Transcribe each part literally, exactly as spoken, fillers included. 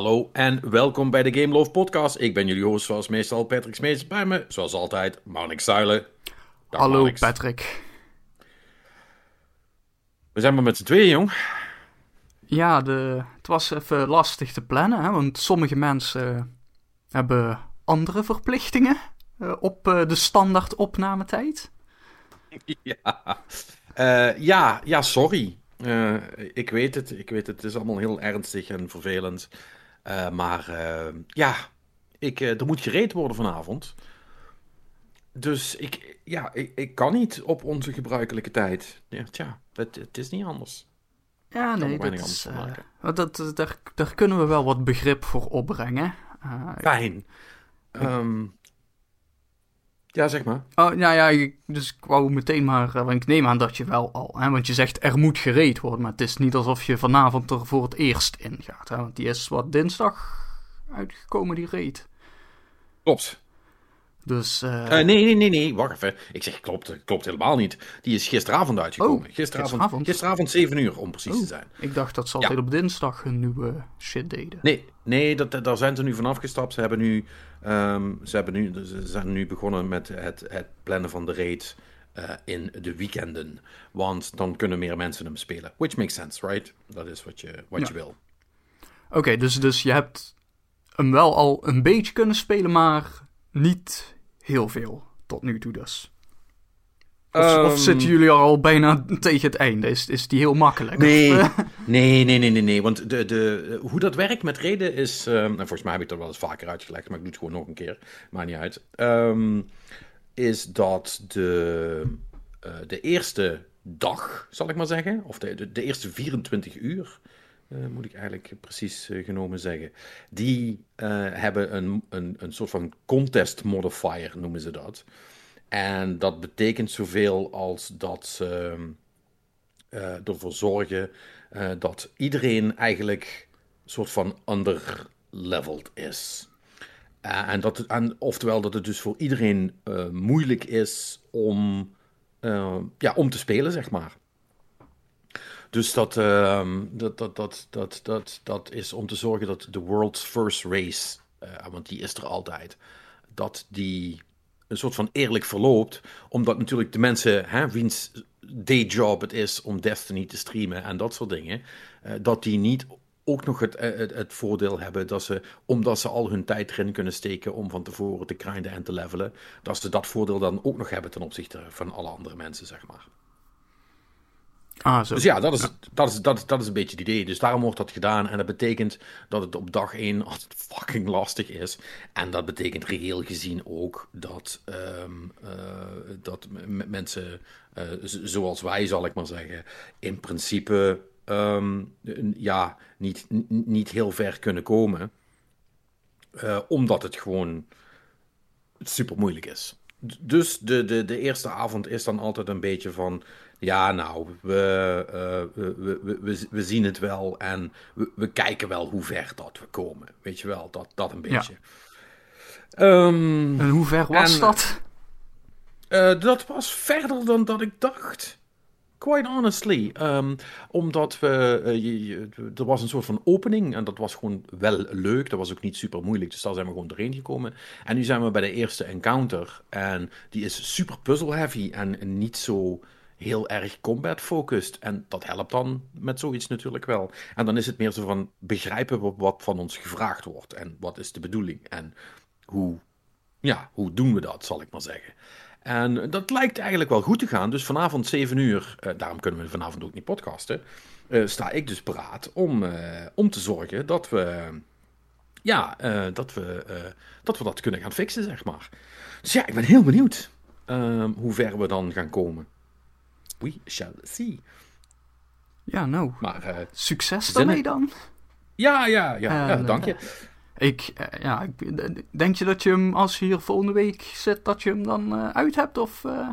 Hallo en welkom bij de Game Love Podcast. Ik ben jullie host zoals meestal Patrick Smeets. Bij me, zoals altijd, Marnix Zuilen. Dag, Hallo Marnix. Patrick. We zijn maar met z'n tweeën, jong. Ja, de, het was even lastig te plannen, hè, want sommige mensen hebben andere verplichtingen uh, op uh, de standaard opnametijd. Ja, uh, ja, ja, sorry. Uh, ik weet het, ik weet het. Het is allemaal heel ernstig en vervelend. Uh, maar uh, ja, ik, uh, er moet gereed worden vanavond. Dus ik, ja, ik, ik kan niet op onze gebruikelijke tijd. Ja, tja, het, het is niet anders. Ja, nee, dat is, uh, dat, dat, daar, daar kunnen we wel wat begrip voor opbrengen. Uh, Fijn. Ik, um, ja, zeg maar. Oh, nou ja, ik, dus ik wou meteen maar... Want ik neem aan dat je wel al... Hè, want je zegt er moet gereed worden, maar het is niet alsof je vanavond er voor het eerst in gaat. Hè, want die is wat dinsdag uitgekomen, die raid. Klopt. Dus, uh... Uh, nee, nee, nee, nee, wacht even. Ik zeg, klopt, klopt helemaal niet. Die is gisteravond uitgekomen. Oh, gisteravond, gisteravond? Gisteravond zeven uur, om precies oh, te zijn. Ik dacht dat ze altijd ja. op dinsdag hun nieuwe shit deden. Nee, nee dat, daar zijn ze nu vanaf gestapt. Ze hebben nu, um, ze hebben nu, ze zijn nu begonnen met het, het plannen van de raid uh, in de weekenden. Want dan kunnen meer mensen hem spelen. Which makes sense, right? Dat is wat je, wat ja. je wil. Oké, okay, dus, dus je hebt hem wel al een beetje kunnen spelen, maar niet heel veel tot nu toe dus. Of, um, of zitten jullie al bijna tegen het einde? Is, is die heel makkelijk? Nee, nee, nee, nee, nee, nee. Want de, de, hoe dat werkt met reden is... Um, en volgens mij heb ik dat wel eens vaker uitgelegd, maar ik doe het gewoon nog een keer. Maakt niet uit. Um, is dat de, uh, de eerste dag, zal ik maar zeggen, of de, de, de eerste vierentwintig uur... Uh, moet ik eigenlijk precies uh, genomen zeggen. Die uh, hebben een, een, een soort van contest modifier, noemen ze dat. En dat betekent zoveel als dat ze uh, ervoor zorgen uh, dat iedereen eigenlijk een soort van underleveled is. Uh, en dat het, en, oftewel dat het dus voor iedereen uh, moeilijk is om, uh, ja, om te spelen, zeg maar. Dus dat, uh, dat, dat, dat, dat, dat, dat is om te zorgen dat de world's first race, uh, want die is er altijd, dat die een soort van eerlijk verloopt. Omdat natuurlijk de mensen, hè, wiens dayjob het is om Destiny te streamen en dat soort dingen, uh, dat die niet ook nog het, het, het voordeel hebben dat ze, omdat ze al hun tijd erin kunnen steken om van tevoren te grinden en te levelen, dat ze dat voordeel dan ook nog hebben ten opzichte van alle andere mensen, zeg maar. Ah, zo. Dus ja, dat is, ja. Dat, is, dat, is, dat is een beetje het idee. Dus daarom wordt dat gedaan. En dat betekent dat het op dag één altijd fucking lastig is. En dat betekent reëel gezien ook dat, um, uh, dat m- mensen, uh, z- zoals wij, zal ik maar zeggen, in principe um, ja, niet, n- niet heel ver kunnen komen. Uh, omdat het gewoon super moeilijk is. Dus de, de, de eerste avond is dan altijd een beetje van... Ja, nou, we, uh, we, we, we, we zien het wel en we, we kijken wel hoe ver dat we komen. Weet je wel, dat, dat een beetje. Ja. Um, en hoe ver was en, dat? Uh, dat was verder dan dat ik dacht. Quite honestly. Um, omdat we... Uh, je, je, er was een soort van opening en dat was gewoon wel leuk. Dat was ook niet super moeilijk, dus daar zijn we gewoon doorheen gekomen. En nu zijn we bij de eerste encounter en die is super puzzle heavy en, en niet zo... heel erg combat-focused. En dat helpt dan met zoiets natuurlijk wel. En dan is het meer zo van, begrijpen we wat van ons gevraagd wordt? En wat is de bedoeling? En hoe, ja, hoe doen we dat, zal ik maar zeggen. En dat lijkt eigenlijk wel goed te gaan. Dus vanavond zeven uur, uh, daarom kunnen we vanavond ook niet podcasten, uh, sta ik dus paraat om, uh, om te zorgen dat we, ja, uh, dat we, uh, dat we dat kunnen gaan fixen, zeg maar. Dus ja, ik ben heel benieuwd uh, hoe ver we dan gaan komen. We shall see. Ja, nou. Maar, uh, succes daarmee dan. Ja, ja, ja. Uh, ja dank je. Ik, uh, ja, ik, denk je dat je hem, als je hier volgende week zit, dat je hem dan uh, uit hebt? Of, uh...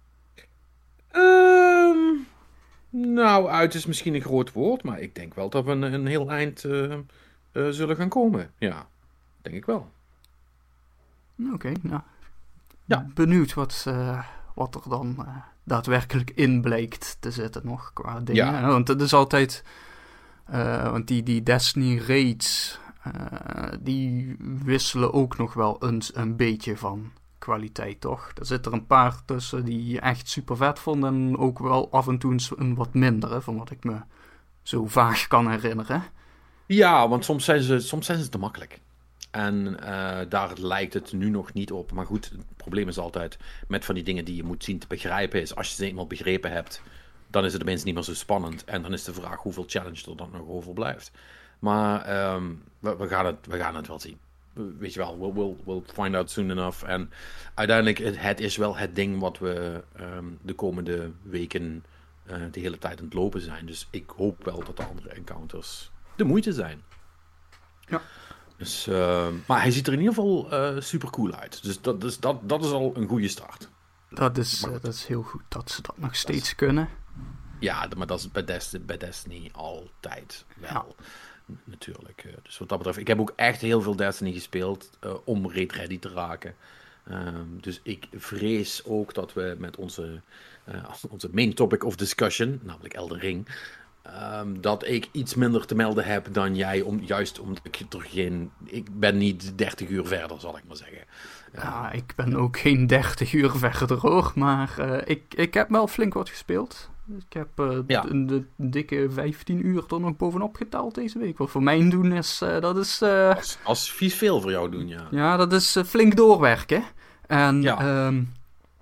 um, nou, uit is misschien een groot woord, maar ik denk wel dat we een, een heel eind uh, uh, zullen gaan komen. Ja, denk ik wel. Oké, okay, nou. Ja. Benieuwd wat, uh, wat er dan... Uh... daadwerkelijk in blijkt te zitten nog qua dingen. Ja. Want het is altijd... Uh, want die, die Destiny raids... Uh, die wisselen ook nog wel eens een beetje van kwaliteit, toch? Er zitten er een paar tussen die je echt super vet vonden en ook wel af en toe een wat mindere, van wat ik me zo vaag kan herinneren. Ja, want soms zijn ze, soms zijn ze te makkelijk. En uh, daar lijkt het nu nog niet op. Maar goed, het probleem is altijd met van die dingen die je moet zien te begrijpen is, als je ze eenmaal begrepen hebt, dan is het tenminste niet meer zo spannend. En dan is de vraag hoeveel challenge er dan nog overblijft. Maar um, we, we, gaan het, we gaan het wel zien. Weet je wel, we'll, we'll, we'll find out soon enough. En uiteindelijk, het, het is wel het ding wat we um, de komende weken uh, de hele tijd aan het lopen zijn. Dus ik hoop wel dat de andere encounters de moeite zijn. Ja. Dus, uh, maar hij ziet er in ieder geval uh, super cool uit. Dus dat, dus dat, dat is al een goede start. Dat is, uh, dat is heel goed dat ze dat nog steeds dat is, kunnen. Ja, maar dat is bij Destiny, bij Destiny altijd wel. Ja. Natuurlijk. Dus wat dat betreft, ik heb ook echt heel veel Destiny gespeeld uh, om raid ready te raken. Um, dus ik vrees ook dat we met onze, uh, onze main topic of discussion, namelijk Elden Ring, um, dat ik iets minder te melden heb dan jij, om, juist omdat ik er geen... Ik ben niet dertig uur verder, zal ik maar zeggen. Uh, ja, ik ben ook geen dertig uur verder hoor, maar uh, ik, ik heb wel flink wat gespeeld. Ik heb uh, ja. de, de dikke vijftien uur er nog bovenop geteld deze week. Wat voor mij doen is, uh, dat is... Uh, als, als vies veel voor jou doen, ja. Ja, dat is uh, flink doorwerken. En ja, um,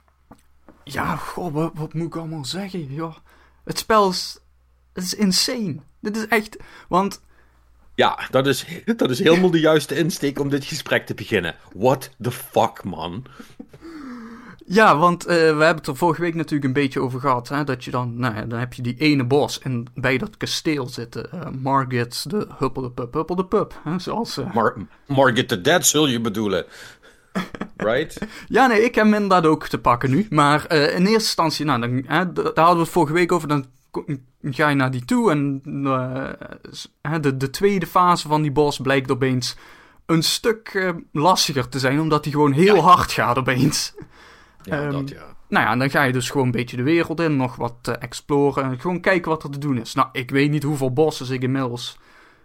ja goh, wat, wat moet ik allemaal zeggen? Ja, het spel is, het is insane. Dit is echt, want... Ja, dat is, dat is helemaal de juiste insteek om dit gesprek te beginnen. What the fuck, man? Ja, want uh, we hebben het er vorige week natuurlijk een beetje over gehad. Hè, dat je dan, nou ja, dan heb je die ene bos en bij dat kasteel zitten uh, Margit de Huppeldepup, Huppeldepup. Hè, zoals... Uh... Mar- Margit the Dead zul je bedoelen. Right? Ja, nee, ik heb hem inderdaad ook te pakken nu. Maar uh, in eerste instantie, nou, dan, hè, d- daar hadden we het vorige week over. Dan ga je naar die toe en uh, de, de tweede fase van die bos blijkt opeens een stuk uh, lastiger te zijn, omdat hij gewoon heel ja. hard gaat opeens. Ja, um, dat ja. Nou ja, dan ga je dus gewoon een beetje de wereld in, nog wat uh, exploren en gewoon kijken wat er te doen is. Nou, ik weet niet hoeveel bossen ik inmiddels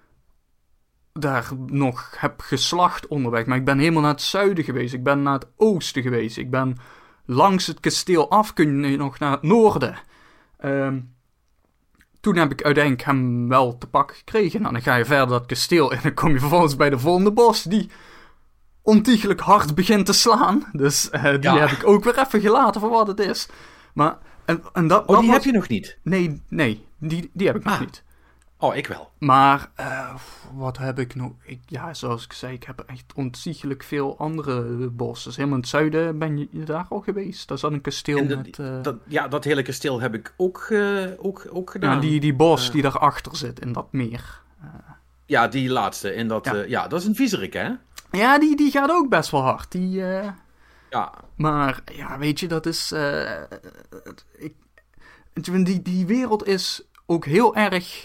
daar nog heb geslacht onderweg, maar ik ben helemaal naar het zuiden geweest, ik ben naar het oosten geweest, ik ben langs het kasteel af, kun je nog naar het noorden. Um, toen heb ik uiteindelijk hem wel te pakken gekregen. Nou, dan ga je verder dat kasteel en dan kom je vervolgens bij de volgende bos die ontiegelijk hard begint te slaan. Dus uh, die ja. heb ik ook weer even gelaten voor wat het is. Maar, en, en dat, oh, dat die was... heb je nog niet? Nee, nee, die, die heb ik nog ah. niet. Oh, ik wel. Maar, uh, wat heb ik nog? Ik, ja, zoals ik zei, ik heb echt ontiegelijk veel andere bossen. Dus helemaal in het zuiden ben je daar al geweest. Daar zat een kasteel de, met... Uh... Dat, ja, dat hele kasteel heb ik ook, uh, ook, ook gedaan. Ja, die, die bos uh... die daarachter zit, in dat meer. Uh... Ja, die laatste. In dat, ja. Uh, ja, dat is een viezerik, hè? Ja, die, die gaat ook best wel hard. Die, uh... Ja. Maar, ja, weet je, dat is... Uh... Ik... Die, die wereld is ook heel erg...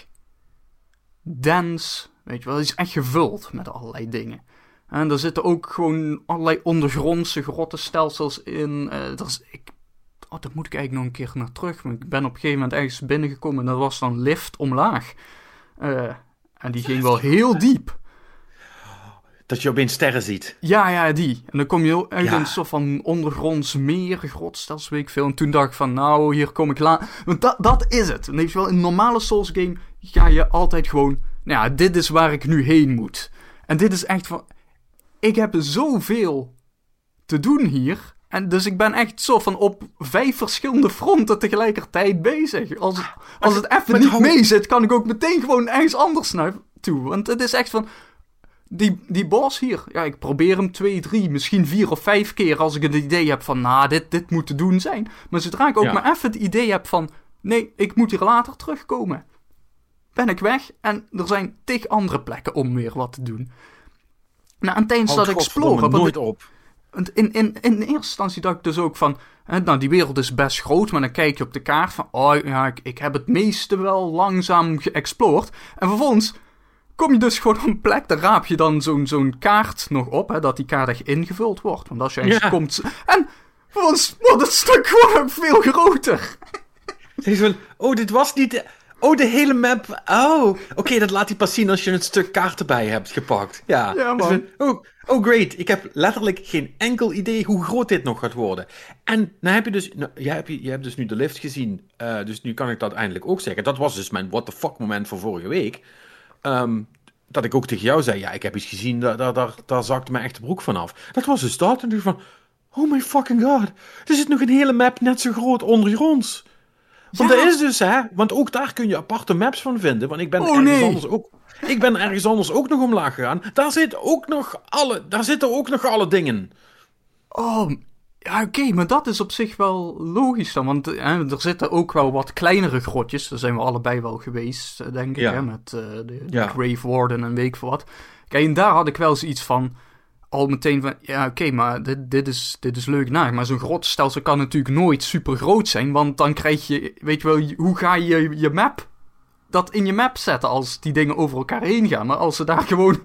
dense, weet je wel, het is echt gevuld met allerlei dingen. En er zitten ook gewoon allerlei ondergrondse grottenstelsels in. Uh, dat is, ik, oh, daar moet ik eigenlijk nog een keer naar terug. Want ik ben op een gegeven moment ergens binnengekomen en dat was dan lift omlaag. Uh, en die ging wel heel diep. Dat je opeens sterren ziet. Ja, ja, die. En dan kom je uit ja. een soort van ondergronds meer, grotstelsel, weet ik veel. En toen dacht ik van, nou, hier kom ik laat. Want dat, dat is het. Weet je wel, in een normale Souls game ga je altijd gewoon, nou ja, dit is waar ik nu heen moet. En dit is echt van, ik heb zoveel te doen hier. En dus ik ben echt zo van op vijf verschillende fronten tegelijkertijd bezig. Als het, als het even niet mee zit, kan ik ook meteen gewoon ergens anders naartoe. Want het is echt van... Die, die boss hier, ja, ik probeer hem twee, drie, misschien vier of vijf keer als ik het idee heb van, nou, dit, dit moet te doen zijn. Maar zodra ik ook ja. maar even het idee heb van, nee, ik moet hier later terugkomen, ben ik weg en er zijn tig andere plekken om weer wat te doen. Nou, en tijdens dat exploren... nooit op. In, in, in, in eerste instantie dacht ik dus ook van, hè, nou, die wereld is best groot, maar dan kijk je op de kaart van, oh ja, ik, ik heb het meeste wel langzaam geëxploord. En vervolgens... kom je dus gewoon op een plek, daar raap je dan zo'n, zo'n kaart nog op, hè, dat die kaart echt ingevuld wordt. Want als je eens ja. komt... En vervolgens wordt het stuk gewoon veel groter. Zeg je van, oh, dit was niet... Oh, de hele map. Oh, oké, okay, dat laat hij pas zien als je een stuk kaart erbij hebt gepakt. Ja, ja man. Oh, oh, great. Ik heb letterlijk geen enkel idee hoe groot dit nog gaat worden. En nou heb je dus, nou, jij, hebt, jij hebt dus nu de lift gezien. Uh, dus nu kan ik dat eindelijk ook zeggen. Dat was dus mijn what the fuck moment van vorige week. Um, dat ik ook tegen jou zei, ja, ik heb iets gezien, daar, daar, daar, daar zakte mijn echte broek vanaf. Dat was dus dat. En toen van, oh my fucking god. Er zit nog een hele map net zo groot ondergronds. Want ja. dat is dus, hè. Want ook daar kun je aparte maps van vinden. Want ik ben, oh, ergens, nee. anders ook, ik ben ergens anders ook nog omlaag gegaan. Daar, zit ook nog alle, daar zitten ook nog alle dingen. Oh, ja, oké. Okay, maar dat is op zich wel logisch dan. Want hè, er zitten ook wel wat kleinere grotjes. Daar zijn we allebei wel geweest, denk ik. Ja. Hè, met uh, de, de ja. Grave Warden en weet ik veel wat. Kijk, en daar had ik wel zoiets van... Al meteen van, ja oké, okay, maar dit, dit, is, dit is leuk naar. Maar zo'n grotstelsel kan natuurlijk nooit super groot zijn. Want dan krijg je, weet je wel, hoe ga je je map, dat in je map zetten als die dingen over elkaar heen gaan. Maar als ze daar gewoon...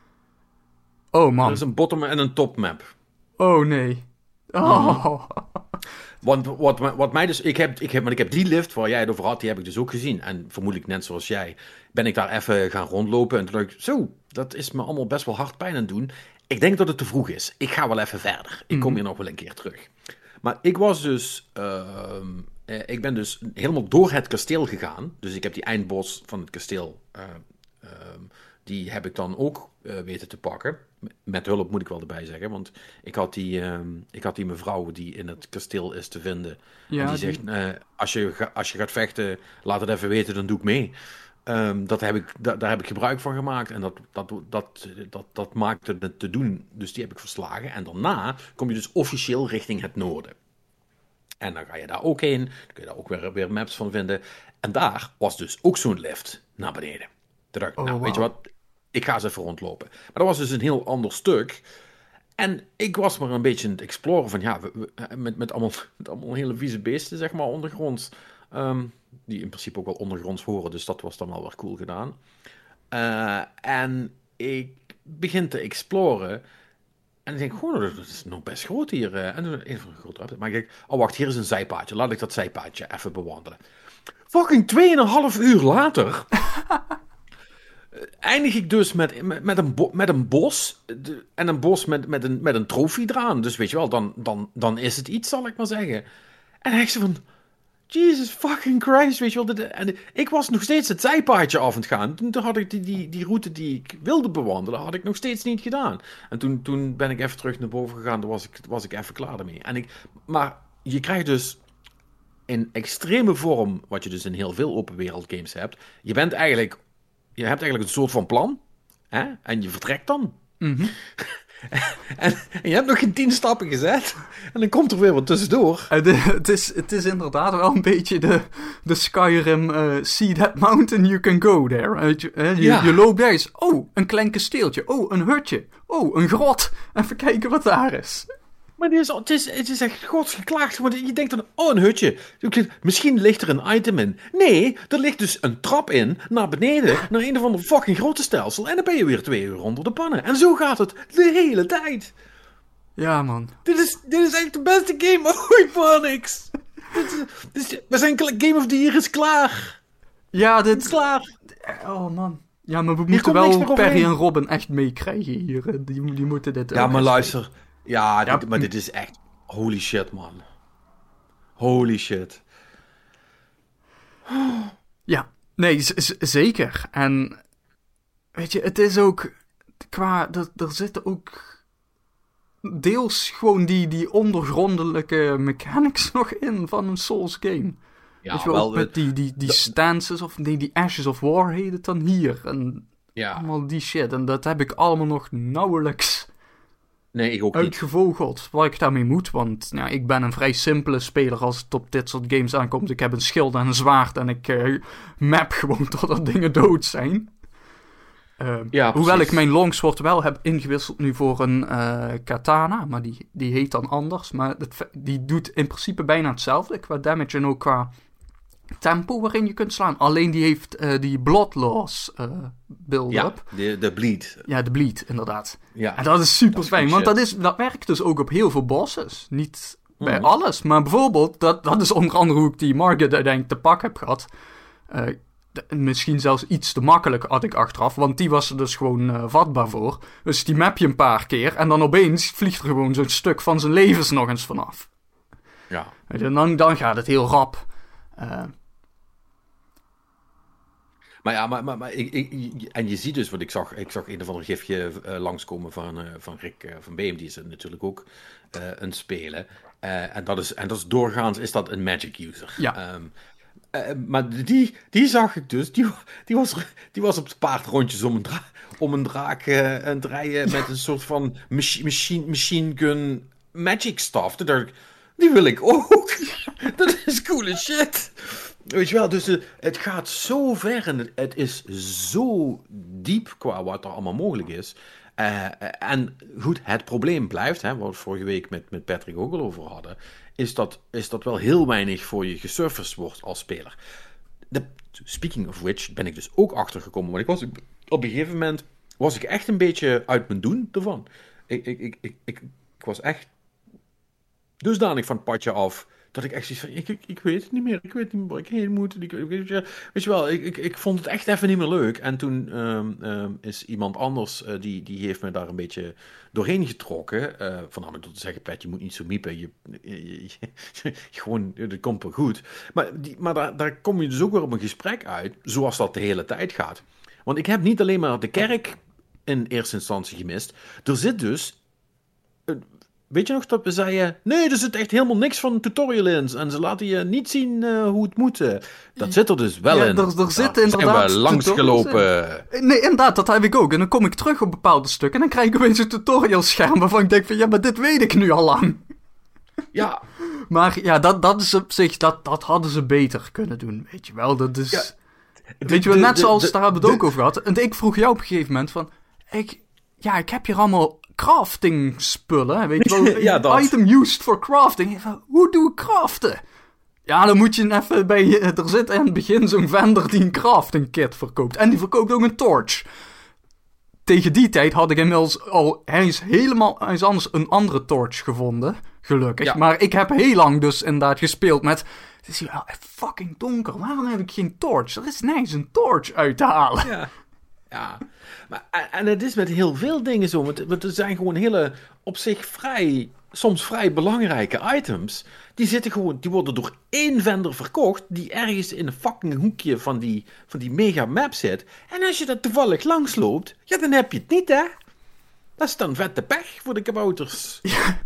Oh man. Er is een bottom en een top map. Oh nee. Oh. Mm. Want wat, wat mij dus, ik heb, ik heb, maar ik heb die lift waar jij het over had, die heb ik dus ook gezien. En vermoedelijk net zoals jij, ben ik daar even gaan rondlopen. En toen dacht ik, zo, dat is me allemaal best wel hard pijn aan het doen. Ik denk dat het te vroeg is. Ik ga wel even verder. Ik kom hier nog wel een keer terug. Maar ik was dus... Uh, uh, ik ben dus helemaal door het kasteel gegaan. Dus ik heb die eindbos van het kasteel... Uh, uh, die heb ik dan ook uh, weten te pakken. Met hulp moet ik wel erbij zeggen. Want ik had die, uh, ik had die mevrouw die in het kasteel is te vinden. Ja, en die, die... zegt... Uh, als, je ga, als je gaat vechten, laat het even weten, dan doe ik mee. Um, dat heb ik, da, daar heb ik gebruik van gemaakt en dat, dat, dat, dat, dat maakte het te doen. Dus die heb ik verslagen. En daarna kom je dus officieel richting het noorden. En dan ga je daar ook heen. Dan kun je daar ook weer, weer maps van vinden. En daar was dus ook zo'n lift naar beneden. Toen dacht ik, oh, nou wow. weet je wat, ik ga eens even rondlopen. Maar dat was dus een heel ander stuk. En ik was maar een beetje aan het exploren van, ja, we, we, met, met, allemaal, met allemaal hele vieze beesten, zeg maar, ondergronds. Um, die in principe ook wel ondergronds horen, dus dat was dan wel weer cool gedaan. Uh, en ik begin te exploren. En ik denk, gewoon, dat is nog best groot hier. Uh, en dan even een groot ruimte. Maar ik denk, oh wacht, hier is een zijpaadje. Laat ik dat zijpaadje even bewandelen. Fucking tweeënhalf uur later... eindig ik dus met, met, met, een, bo- met een bos. De, en een bos met, met, een, met een trofee eraan. Dus weet je wel, dan, dan, dan is het iets, zal ik maar zeggen. En hij zo van... Jesus fucking Christ, weet je wel. De, en de, ik was nog steeds het zijpaadje af aan het gaan. Toen, toen had ik die, die, die route die ik wilde bewandelen, had ik nog steeds niet gedaan. En toen, toen ben ik even terug naar boven gegaan. Toen was ik, was ik even klaar ermee. En ik, maar je krijgt dus in extreme vorm, wat je dus in heel veel open wereld games hebt. Je bent eigenlijk, je hebt eigenlijk een soort van plan. Hè? En je vertrekt dan. Mm-hmm. En, en je hebt nog geen tien stappen gezet. En dan komt er weer wat tussendoor. Uh, de, het, is, het is inderdaad wel een beetje de, de Skyrim... Uh, see that mountain, you can go there. Uh, je, uh, je, ja. je loopt daar eens. Oh, een klein kasteeltje. Oh, een hutje. Oh, een grot. Even kijken wat daar is. Maar het is, het is, het is echt godsgeklaagd. Want je denkt dan, oh, een hutje. Misschien ligt er een item in. Nee, er ligt dus een trap in, naar beneden, naar een of ander fucking grote stelsel. En dan ben je weer twee uur onder de pannen. En zo gaat het de hele tijd. Ja, man. Dit is, dit is echt de beste game ooit, Marnix. dit is, dit is, we zijn, Game of the Year is klaar. Ja, dit... Het is klaar. Oh, man. Ja, maar we moeten wel Perry en Robin echt meekrijgen hier. Die, die moeten dit... Ja, maar luister... Ja, dit, ja, maar dit is echt... Holy shit, man. Holy shit. Ja, nee, z- z- zeker. En... Weet je, het is ook... Qua... Er, er zitten ook... Deels gewoon die, die ondergrondelijke mechanics nog in van een Souls game. Ja, weet je wel, wel met die, die, die stances of... Nee, die Ashes of War heet het dan hier. En ja. Allemaal die shit. En dat heb ik allemaal nog nauwelijks... Nee, ik ook uitgevogeld niet. Wat ik daarmee moet, want nou, ik ben een vrij simpele speler als het op dit soort games aankomt. Ik heb een schild en een zwaard en ik uh, map gewoon totdat dingen dood zijn. Uh, ja, hoewel ik mijn longsword wel heb ingewisseld nu voor een uh, katana, maar die, die heet dan anders. Maar het, die doet in principe bijna hetzelfde qua damage en ook qua tempo waarin je kunt slaan. Alleen die heeft uh, die blood loss uh, build-up. Ja, de, de bleed. Ja, de bleed, inderdaad. Ja. En dat is super fijn, want dat, is, dat werkt dus ook op heel veel bosses. Niet bij mm. alles, maar bijvoorbeeld, dat, dat is onder andere hoe ik die Margit uiteindelijk te pak heb gehad. Uh, de, misschien zelfs iets te makkelijk had ik achteraf, want die was er dus gewoon uh, vatbaar voor. Dus die map je een paar keer en dan opeens vliegt er gewoon zo'n stuk van zijn levens nog eens vanaf. Ja. En dan, dan gaat het heel rap. Uh, Maar ja, maar, maar, maar ik, ik, en je ziet dus wat ik zag. Ik zag een of ander gifje uh, langskomen van, uh, van Rick uh, van Beem. Die is natuurlijk ook uh, een spelen. Uh, en, dat is, en dat is doorgaans is dat een Magic user. Ja. Um, uh, maar die, die zag ik dus. Die, die, was, die was op het paard rondjes om een, dra- om een draak uh, aan het rijden met een soort van machine, machine, machine gun magic stuff. Toen dacht ik, die wil ik ook. Dat is coole shit. Weet je wel, dus uh, het gaat zo ver en het, het is zo diep qua wat er allemaal mogelijk is. Uh, en goed, het probleem blijft, hè, wat we vorige week met, met Patrick ook al over hadden, is dat, is dat wel heel weinig voor je gesurfaced wordt als speler. De, speaking of which, ben ik dus ook achtergekomen, want ik was op een gegeven moment was ik echt een beetje uit mijn doen ervan. Ik, ik, ik, ik, ik, ik was echt dusdanig van het padje af, dat ik echt zoiets van, ik, ik, ik weet het niet meer, ik weet niet meer waar ik heen moet. Ik, ik, weet je wel, ik, ik, ik vond het echt even niet meer leuk. En toen um, um, is iemand anders, uh, die, die heeft me daar een beetje doorheen getrokken. Uh, voornamelijk door te zeggen, Pat, je moet niet zo miepen. Je, je, je, je, gewoon, dat komt wel goed. Maar, die, maar daar, daar kom je dus ook weer op een gesprek uit, zoals dat de hele tijd gaat. Want ik heb niet alleen maar de kerk in eerste instantie gemist. Er zit dus... Uh, Weet je nog dat we zeiden, nee, er zit echt helemaal niks van een tutorial in. En ze laten je niet zien uh, hoe het moet. Dat zit er dus wel ja, in. Er, er zit nou, inderdaad... zijn we langsgelopen. Nee, inderdaad, dat heb ik ook. En dan kom ik terug op bepaalde stukken en dan krijg ik opeens een tutorial scherm waarvan ik denk van, ja, maar dit weet ik nu al lang. Ja. Maar ja, dat, dat is op zich, dat, dat hadden ze beter kunnen doen, weet je wel. Dat is... Ja. De, weet je wel, net de, zoals, de, daar hebben we het de, ook over gehad. En ik vroeg jou op een gegeven moment van, ik, ja, ik heb hier allemaal crafting spullen, weet je wel. Ja, dat. Item used for crafting. Hoe doe ik craften? Ja, dan moet je even bij... Er zit in het begin zo'n vendor die een crafting kit verkoopt. En die verkoopt ook een torch. Tegen die tijd had ik inmiddels al... Hij is helemaal... Hij is anders een andere torch gevonden. Gelukkig. Ja. Maar ik heb heel lang dus inderdaad gespeeld met... Het is hier wel echt fucking donker. Waarom heb ik geen torch? Er is nergens een torch uit te halen. Ja. Ja, maar, en het is met heel veel dingen zo, want, want er zijn gewoon hele, op zich vrij, soms vrij belangrijke items, die zitten gewoon, die worden door één vendor verkocht, die ergens in een fucking hoekje van die, van die mega map zit, en als je dat toevallig langsloopt, ja, dan heb je het niet, hè. Dat is dan vette pech voor de kabouters. Ja.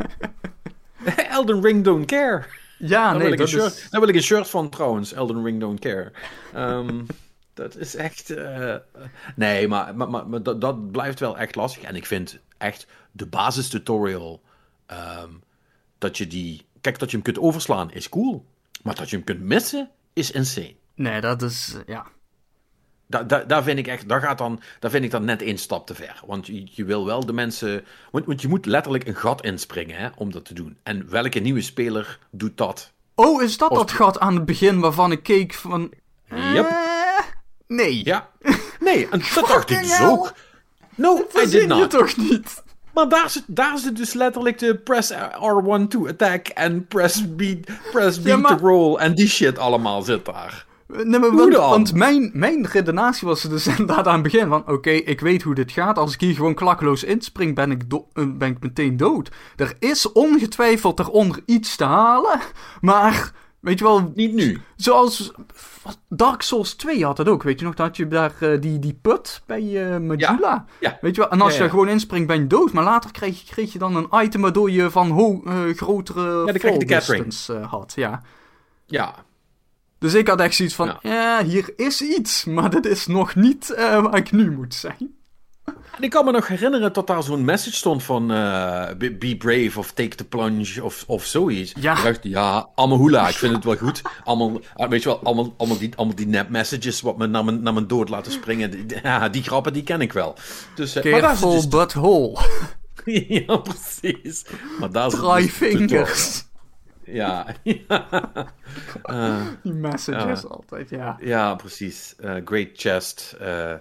Elden Ring don't care. Ja, daar nee, wil dat shirt, is... Daar wil ik een shirt van trouwens, Elden Ring don't care. Um, Dat is echt... Uh... Nee, maar, maar, maar, maar dat, dat blijft wel echt lastig. En ik vind echt de basistutorial... Um, dat je die... Kijk, dat je hem kunt overslaan is cool. Maar dat je hem kunt missen is insane. Nee, dat is... Ja. Da, da, daar vind ik echt... Daar, gaat dan, daar vind ik dan net één stap te ver. Want je, je wil wel de mensen... Want, want je moet letterlijk een gat inspringen, hè, om dat te doen. En welke nieuwe speler doet dat? Oh, is dat of... dat gat aan het begin waarvan ik keek van... Yep. Uh... Nee. Ja. Nee, en dat dacht ik dus ook. No, dat I did not. je toch niet? Maar daar zit, daar zit dus letterlijk de press R one to attack en press B, press B ja, maar... to roll en die shit allemaal zit daar. Nee, maar want, want mijn, mijn redenatie was dus inderdaad aan het begin van... Oké, okay, ik weet hoe dit gaat. Als ik hier gewoon klakkeloos inspring, ben ik, do- ben ik meteen dood. Er is ongetwijfeld eronder iets te halen, maar... Weet je wel... Niet nu. Zoals Dark Souls twee had het ook. Weet je nog, dat had je daar uh, die, die put bij uh, Majula. Ja, ja. Weet je wel, en als ja, je ja. er gewoon inspringt, ben je dood. Maar later kreeg je, kreeg je dan een item waardoor je van ho- uh, grotere ja, fall distance uh, had. Ja. Ja. Dus ik had echt zoiets van, ja. ja, hier is iets. Maar dit is nog niet uh, waar ik nu moet zijn. En ik kan me nog herinneren dat daar zo'n message stond van uh, be, be brave of take the plunge of, of zoiets. Ja. Ik dacht, ja, allemaal hoela, ik vind het wel goed. Allemaal, weet je wel, allemaal, allemaal die, allemaal die nep messages wat me naar mijn, naar mijn dood laten springen. Die, ja, die grappen, die ken ik wel. Dus, uh, Careful maar dus... but whole. Ja, precies. Maar daar Try dus fingers. Ja. ja. Uh, die messages uh, altijd, ja. Ja, precies. Uh, great chest. Uh, uh,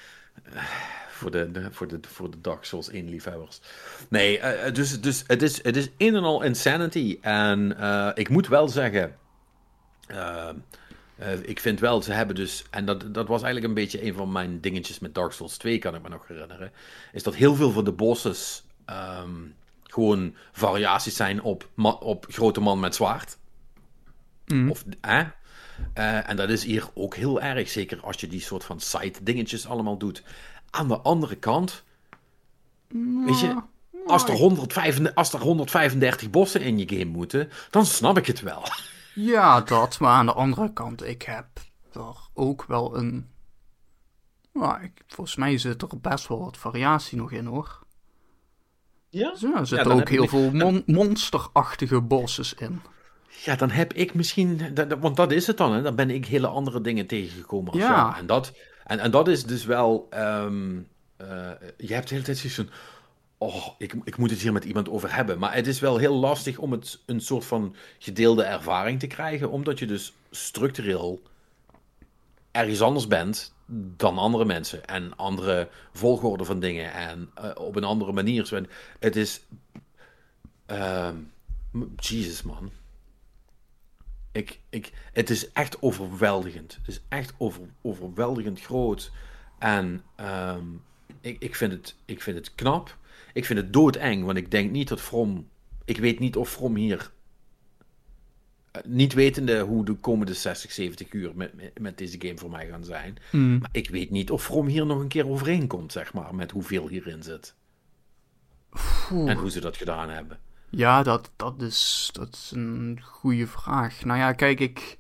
Voor de, de, voor, de, voor de Dark Souls één liefhebbers. Nee, uh, dus, dus het is, het is een en al insanity. En uh, ik moet wel zeggen... Uh, Uh, ik vind wel, ze hebben dus... En dat, dat was eigenlijk een beetje een van mijn dingetjes met Dark Souls twee, kan ik me nog herinneren. Is dat heel veel van de bosses um, gewoon variaties zijn op, ma- op grote man met zwaard. Mm. Of, eh? Uh, en dat is hier ook heel erg, zeker als je die soort van side dingetjes allemaal doet. Aan de andere kant, nou, weet je, als er, honderdvijfendertig, als er honderdvijfendertig bossen in je game moeten, dan snap ik het wel. Ja, dat, maar aan de andere kant, ik heb er ook wel een... Nou, ik, volgens mij zit er best wel wat variatie nog in, hoor. Ja? Dus ja, er zitten ja, ook heel ik... veel mon- monsterachtige bosses in. Ja, dan heb ik misschien... Dat, want dat is het dan, hè. Dan ben ik hele andere dingen tegengekomen. Als ja. ja. En, dat, en, en dat is dus wel... Um, uh, je hebt de hele tijd zoiets van... Oh, ik, ik moet het hier met iemand over hebben. Maar het is wel heel lastig om het een soort van gedeelde ervaring te krijgen. Omdat je dus structureel ergens anders bent dan andere mensen. En andere volgorde van dingen. En uh, op een andere manier. Het is... Uh, Jezus, man. Ik, ik, het is echt overweldigend. Het is echt over, overweldigend groot. En um, ik, ik, vind het, ik vind het knap. Ik vind het doodeng, want ik denk niet dat From... Ik weet niet of From hier... Uh, niet wetende hoe de komende zestig, zeventig uur met, met, met deze game voor mij gaan zijn. Mm. Maar ik weet niet of From hier nog een keer overheen komt, zeg maar, met hoeveel hierin zit. Oeh. En hoe ze dat gedaan hebben. Ja, dat, dat, is, dat is een goede vraag. Nou ja, kijk, ik...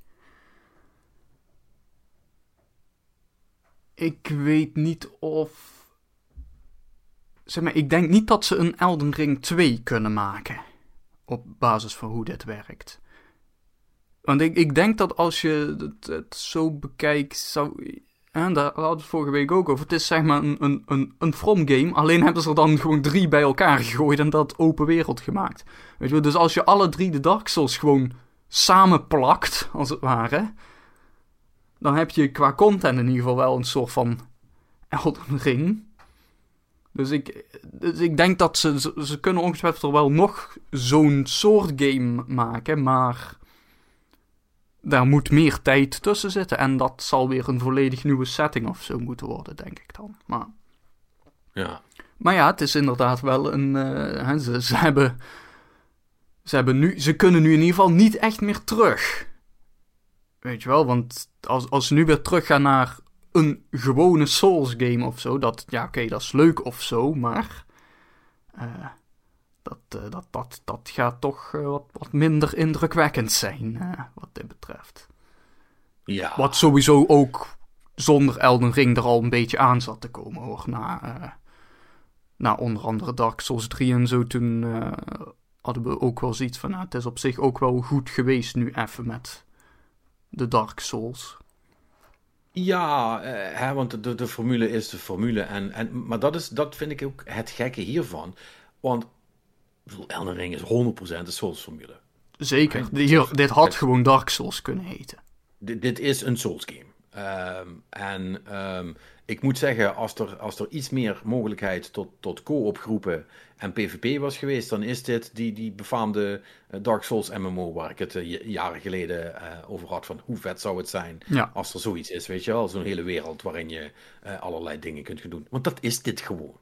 Ik weet niet of... Zeg maar, ik denk niet dat ze een Elden Ring twee kunnen maken. Op basis van hoe dit werkt. Want ik, ik denk dat als je het, het zo bekijkt... Zou, en daar hadden we het vorige week ook over. Het is zeg maar een, een, een, een From game. Alleen hebben ze er dan gewoon drie bij elkaar gegooid en dat open wereld gemaakt. Weet je, dus als je alle drie de Dark Souls gewoon samenplakt, als het ware... Dan heb je qua content in ieder geval wel een soort van Elden Ring. Dus ik, dus ik denk dat ze, ze... Ze kunnen ongetwijfeld er wel nog zo'n soort game maken, maar... Daar moet meer tijd tussen zitten. En dat zal weer een volledig nieuwe setting of zo moeten worden, denk ik dan. Maar ja, maar ja het is inderdaad wel een... Uh, ze, ze hebben... Ze hebben nu... Ze kunnen nu in ieder geval niet echt meer terug. Weet je wel, want als, als ze nu weer teruggaan naar een gewone Souls game of zo... Dat, ja, oké, okay, dat is leuk of zo, maar... Uh, Dat, uh, dat, dat, dat gaat toch uh, wat, wat minder indrukwekkend zijn, uh, wat dit betreft. Ja. Wat sowieso ook zonder Elden Ring er al een beetje aan zat te komen, hoor. Na, uh, na onder andere Dark Souls drie en zo, toen uh, hadden we ook wel zoiets van... Nou, het is op zich ook wel goed geweest nu even met de Dark Souls. Ja, uh, hè, want de, de formule is de formule. En, en, maar dat, is, dat vind ik ook het gekke hiervan. Want... Elden Ring is honderd procent de Souls-formule. Zeker. Hier, dit had het, gewoon Dark Souls kunnen heten. Dit, dit is een Souls-game. Um, en um, ik moet zeggen, als er, als er iets meer mogelijkheid tot, tot co-op groepen en PvP was geweest, dan is dit die, die befaamde Dark Souls M M O, waar ik het uh, jaren geleden uh, over had, van hoe vet zou het zijn ja. als er zoiets is, weet je wel? Zo'n hele wereld waarin je uh, allerlei dingen kunt gaan doen. Want dat is dit gewoon.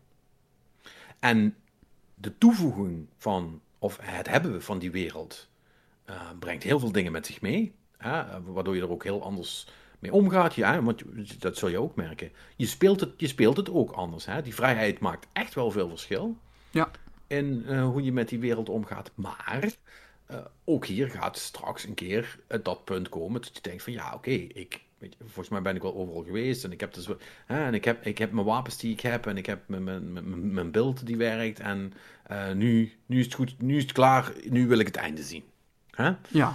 En de toevoeging van, of het hebben van die wereld, uh, brengt heel veel dingen met zich mee. Hè, waardoor je er ook heel anders mee omgaat. Ja, want dat zul je ook merken. Je speelt het, je speelt het ook anders. Hè? Die vrijheid maakt echt wel veel verschil. Ja. In uh, hoe je met die wereld omgaat. Maar uh, ook hier gaat straks een keer uh, dat punt komen dat je denkt van ja, oké, okay, ik... Weet je, volgens mij ben ik wel overal geweest en ik heb dus, hè, en ik heb, ik heb mijn wapens die ik heb en ik heb mijn, mijn, mijn, mijn beeld die werkt en uh, nu, nu is het goed, nu is het klaar, nu wil ik het einde zien. Huh? Ja.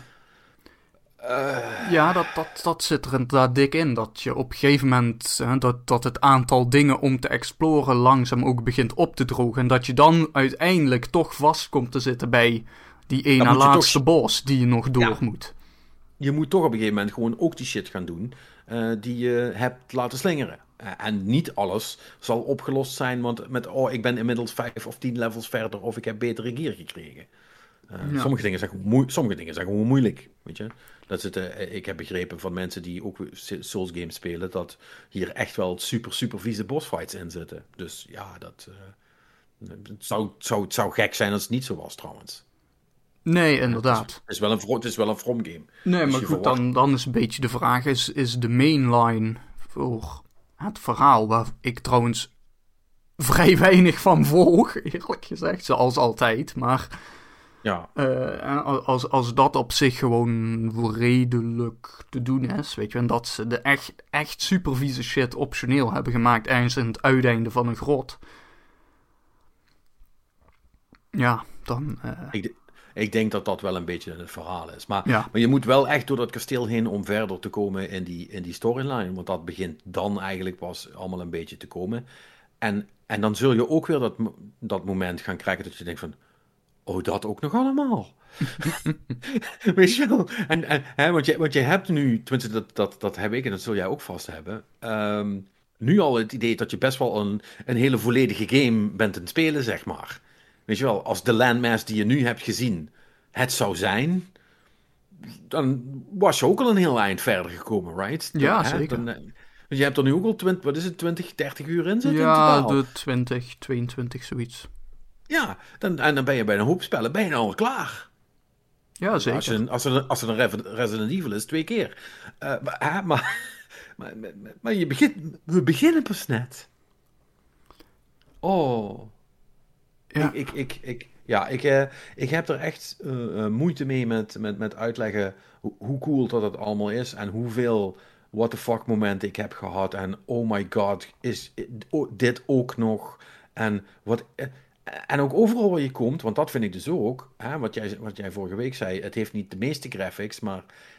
Uh... Ja, dat, dat, dat zit er inderdaad dik in. Dat je op een gegeven moment, hè, dat, dat het aantal dingen om te exploren langzaam ook begint op te drogen. En dat je dan uiteindelijk toch vast komt te zitten bij die ene laatste toch... boss die je nog door ja. moet. Je moet toch op een gegeven moment gewoon ook die shit gaan doen uh, die je hebt laten slingeren. Uh, en niet alles zal opgelost zijn, want met, oh, ik ben inmiddels vijf of tien levels verder of ik heb betere gear gekregen. Uh, ja. sommige, dingen zijn gewoon moe- sommige dingen zijn gewoon moeilijk, weet je. Dat zitten, ik heb begrepen van mensen die ook Souls games spelen, dat hier echt wel super, super vieze bossfights in zitten. Dus ja, dat, uh, het, zou, het, zou, het zou gek zijn als het niet zo was trouwens. Nee, inderdaad. Het is, het is, wel, een, het is wel een From game. Nee, dus maar goed, dan, dan is een beetje de vraag, is, is de mainline voor het verhaal, waar ik trouwens vrij weinig van volg, eerlijk gezegd, zoals altijd, maar ja. uh, als, als dat op zich gewoon redelijk te doen is, weet je, en dat ze de echt, echt super vieze shit optioneel hebben gemaakt ergens in het uiteinde van een grot, ja, dan... Uh... Ik, ik denk dat dat wel een beetje het verhaal is. Maar, ja. maar je moet wel echt door dat kasteel heen om verder te komen in die, in die storyline, want dat begint dan eigenlijk pas allemaal een beetje te komen. En, en dan zul je ook weer dat, dat moment gaan krijgen dat je denkt van, oh, dat ook nog allemaal. Weet je wel? En, en, hè, want, je, want je hebt nu, tenminste dat, dat, dat heb ik en dat zul jij ook vast hebben, um, nu al het idee dat je best wel een, een hele volledige game bent aan het spelen, zeg maar. Weet je wel, als de landmass die je nu hebt gezien het zou zijn, dan was je ook al een heel eind verder gekomen, right? Ja, dan, zeker. Dan, je hebt er nu ook al twintig, wat is het, twintig, dertig uur in zitten? Ja, in totaal. de twintig, tweeëntwintig, zoiets. Ja, dan, en dan ben je bij een hoop spellen ben je al klaar. Ja, zeker. Als, je, als, er, als er een Resident Evil is, twee keer. Uh, maar, maar, maar, maar je begint, we beginnen pas net. Oh. Ja. Ik, ik, ik, ik, ja, ik, uh, ik heb er echt uh, uh, moeite mee met, met, met uitleggen hoe, hoe cool dat het allemaal is en hoeveel what the fuck momenten ik heb gehad en oh my god, is dit ook nog en wat... Uh, En ook overal waar je komt, want dat vind ik dus ook, hè, wat, jij, wat jij vorige week zei, het heeft niet de meeste graphics, maar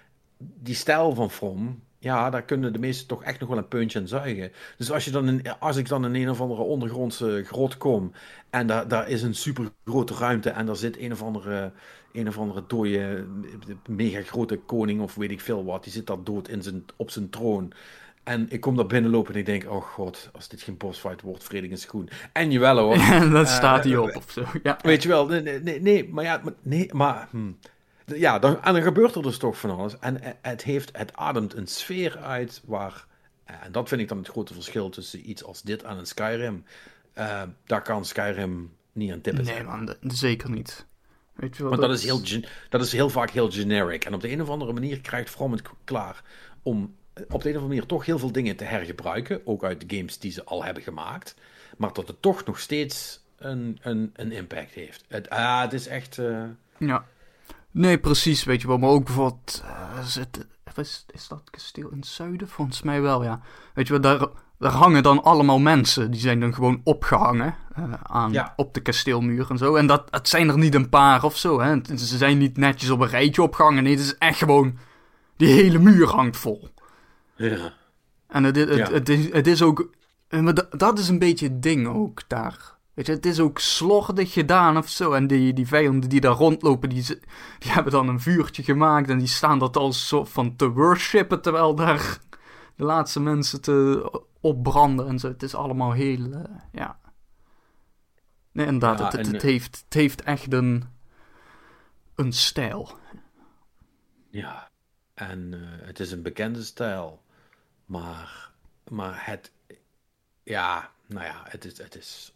die stijl van From, ja, daar kunnen de meesten toch echt nog wel een puntje aan zuigen. Dus als, je dan in, als ik dan in een of andere ondergrondse grot kom, en daar, daar is een super grote ruimte, en daar zit een of andere, een of andere dode, mega grote koning, of weet ik veel wat, die zit daar dood in zijn, op zijn troon. En ik kom daar binnenlopen en ik denk, oh god, als dit geen bossfight wordt, vredig een schoen. En jawel hoor. En dan uh, staat hij op of zo. Ja. Weet je wel, nee, nee, nee maar ja, maar, nee, maar... Hm. Ja, dan, en dan gebeurt er dus toch van alles. En het, heeft, het ademt een sfeer uit waar... En dat vind ik dan het grote verschil tussen iets als dit en een Skyrim. Uh, daar kan Skyrim niet aan tippen. Nee man, de, zeker niet. Weet je wel, Want dat, dat is, heel, dat is heel vaak heel generic. En op de een of andere manier krijgt From het klaar om... op de een of andere manier toch heel veel dingen te hergebruiken. Ook uit de games die ze al hebben gemaakt. Maar dat het toch nog steeds een, een, een impact heeft. Het, ah, het is echt... Uh... Ja. Nee, precies. Weet je wel. Maar ook bijvoorbeeld... Uh, zit, is, is dat kasteel in het zuiden? Volgens mij wel, ja. Weet je wel, daar, daar hangen dan allemaal mensen. Die zijn dan gewoon opgehangen uh, aan, ja. op de kasteelmuur en zo. En dat, het zijn er niet een paar of zo. Hè. Ze zijn niet netjes op een rijtje opgehangen. Nee, het is echt gewoon... Die hele muur hangt vol. Ja. En het, het, ja. het, het, is, het is ook... Maar dat, dat is een beetje het ding ook daar. Weet je, het is ook slordig gedaan of zo. En die, die vijanden die daar rondlopen, die, die hebben dan een vuurtje gemaakt. En die staan dat als soort van te worshipen. Terwijl daar de laatste mensen te opbranden en zo. Het is allemaal heel... Uh, ja. Nee, inderdaad. Ja, het, het, en, het, heeft, het heeft echt een... Een stijl. Ja. En uh, het is een bekende stijl. Maar... Maar het... Ja, nou ja, het is... Het is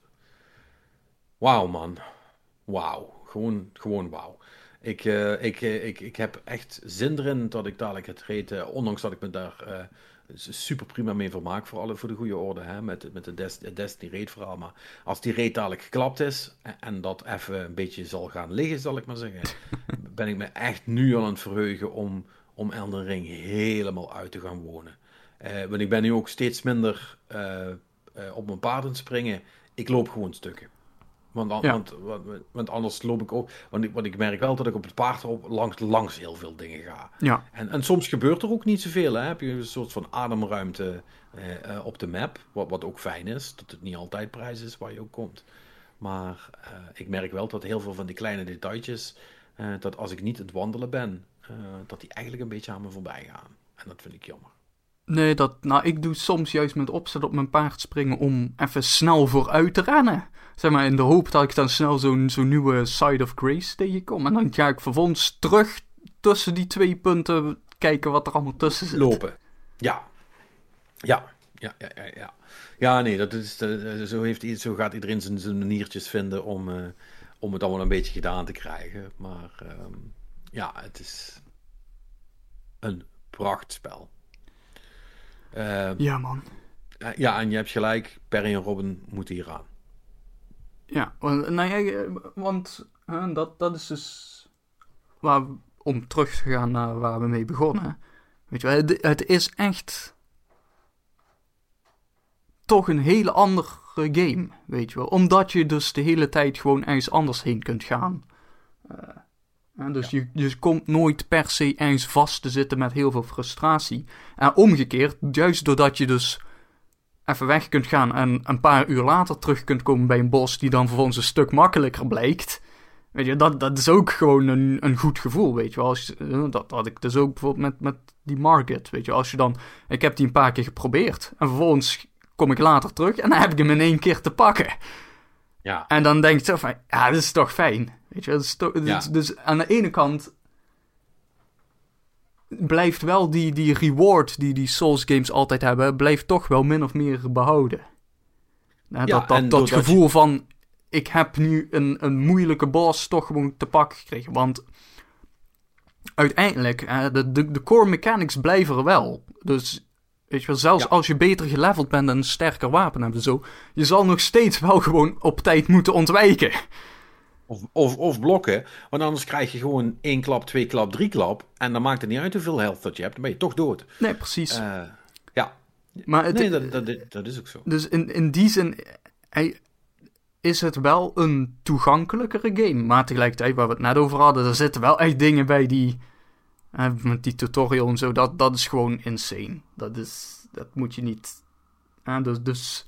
wauw, man. Wauw. Gewoon, gewoon wauw. Ik, uh, ik, uh, ik, ik heb echt zin erin dat ik dadelijk het raid... Uh, ondanks dat ik me daar uh, super prima mee vermaak. Voor, alle, voor de goede orde, hè, met, met de Des, Destiny raid verhaal. Maar als die raid dadelijk geklapt is... En, en dat even een beetje zal gaan liggen, zal ik maar zeggen... ben ik me echt nu al aan het verheugen om... om Elden Ring helemaal uit te gaan wonen. Uh, want ik ben nu ook steeds minder uh, uh, op mijn paarden springen. Ik loop gewoon stukken. Want, an- ja. want, want, want anders loop ik ook... Want ik, want ik merk wel dat ik op het paard op, langs, langs heel veel dingen ga. Ja. En, en soms gebeurt er ook niet zoveel. Hè? Heb je een soort van ademruimte uh, uh, op de map. Wat, wat ook fijn is. Dat het niet altijd prijs is waar je ook komt. Maar uh, ik merk wel dat heel veel van die kleine detailtjes... Uh, dat als ik niet aan het wandelen ben... Uh, dat die eigenlijk een beetje aan me voorbij gaan. En dat vind ik jammer. Nee, dat, nou, ik doe soms juist met opzet op mijn paard springen om even snel vooruit te rennen. Zeg maar, in de hoop dat ik dan snel zo'n, zo'n nieuwe Side of Grace tegenkom. En dan ga ik vervolgens terug tussen die twee punten kijken wat er allemaal tussen zit. Lopen. Ja. Ja. Ja, ja, ja. Ja, ja nee, dat is, uh, zo, heeft, zo gaat iedereen zijn, zijn maniertjes vinden om, uh, om het allemaal een beetje gedaan te krijgen. Maar um, ja, het is een prachtspel. Uh, ja, man. Uh, ja, en je hebt gelijk, Perry en Robin moeten hier aan. Ja, nou ja, want uh, dat, dat is dus waar, om terug te gaan naar waar we mee begonnen. Weet je wel, het, het is echt toch een hele andere game, weet je wel. Omdat je dus de hele tijd gewoon ergens anders heen kunt gaan. Uh, uh, dus ja. je, je komt nooit per se ergens vast te zitten met heel veel frustratie. En omgekeerd, juist doordat je dus even weg kunt gaan en een paar uur later terug kunt komen bij een boss die dan vervolgens een stuk makkelijker blijkt. Weet je, dat, dat is ook gewoon een, een goed gevoel, weet je wel. Als je, dat had ik dus ook bijvoorbeeld met, met die Margit, weet je. Als je dan, ik heb die een paar keer geprobeerd en vervolgens kom ik later terug en dan heb ik hem in één keer te pakken. Ja. En dan denk je zo van, ja, dat is toch fijn. Weet je, dat is toch, ja. dus, dus aan de ene kant blijft wel die, die reward die die Souls games altijd hebben, blijft toch wel min of meer behouden. Ja, dat dat, dat gevoel je... van, ik heb nu een, een moeilijke boss toch gewoon te pakken gekregen. Want uiteindelijk, de, de, de core mechanics blijven er wel. Dus weet je wel, zelfs ja. als je beter geleveld bent en een sterker wapen hebt en zo, je zal nog steeds wel gewoon op tijd moeten ontwijken. Of, of, of blokken, want anders krijg je gewoon één klap, twee klap, drie klap. En dan maakt het niet uit hoeveel health dat je hebt, dan ben je toch dood. Nee, precies. Uh, ja, maar het, nee, dat, dat, dat is ook zo. Dus in, in die zin hij, is het wel een toegankelijkere game. Maar tegelijkertijd, waar we het net over hadden, er zitten wel echt dingen bij die, uh, met die tutorial en zo, dat, dat is gewoon insane. Dat is, dat moet je niet, uh, dus... dus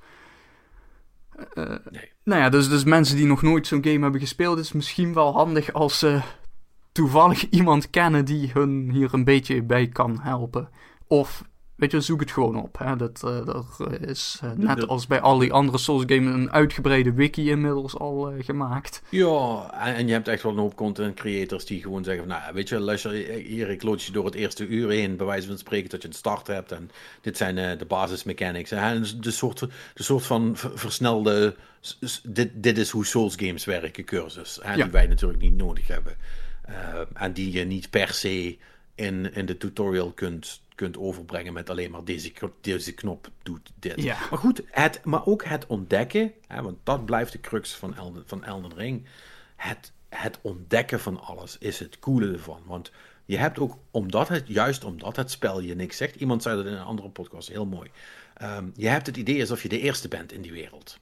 Uh, nee. Nou ja, dus, dus mensen die nog nooit zo'n game hebben gespeeld, is misschien wel handig als ze toevallig iemand kennen die hun hier een beetje bij kan helpen. Of, weet je, zoek het gewoon op. Hè. Dat, uh, dat is uh, net de, als bij al die andere Souls games een uitgebreide wiki inmiddels al uh, gemaakt. Ja, en, en je hebt echt wel een hoop content creators die gewoon zeggen van, nou weet je, luister, hier, ik lood je door het eerste uur heen, bij wijze van spreken dat je een start hebt en dit zijn uh, de basismechanics. En de soort, de soort van versnelde, dit, dit is hoe Souls games werken cursus, hè, ja. die wij natuurlijk niet nodig hebben. Uh, en die je niet per se in, in de tutorial kunt kunt overbrengen met alleen maar deze, deze knop doet dit. Ja. Maar goed, het, maar ook het ontdekken, hè, want dat blijft de crux van Elden, van Elden Ring. Het, het ontdekken van alles is het coole ervan. Want je hebt ook, omdat het, juist omdat het spel je niks zegt, iemand zei dat in een andere podcast, heel mooi. Um, je hebt het idee alsof je de eerste bent in die wereld.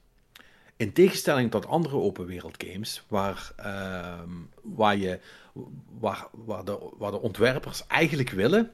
In tegenstelling tot andere open wereld games, waar, um, waar, je, waar, waar, de, waar de ontwerpers eigenlijk willen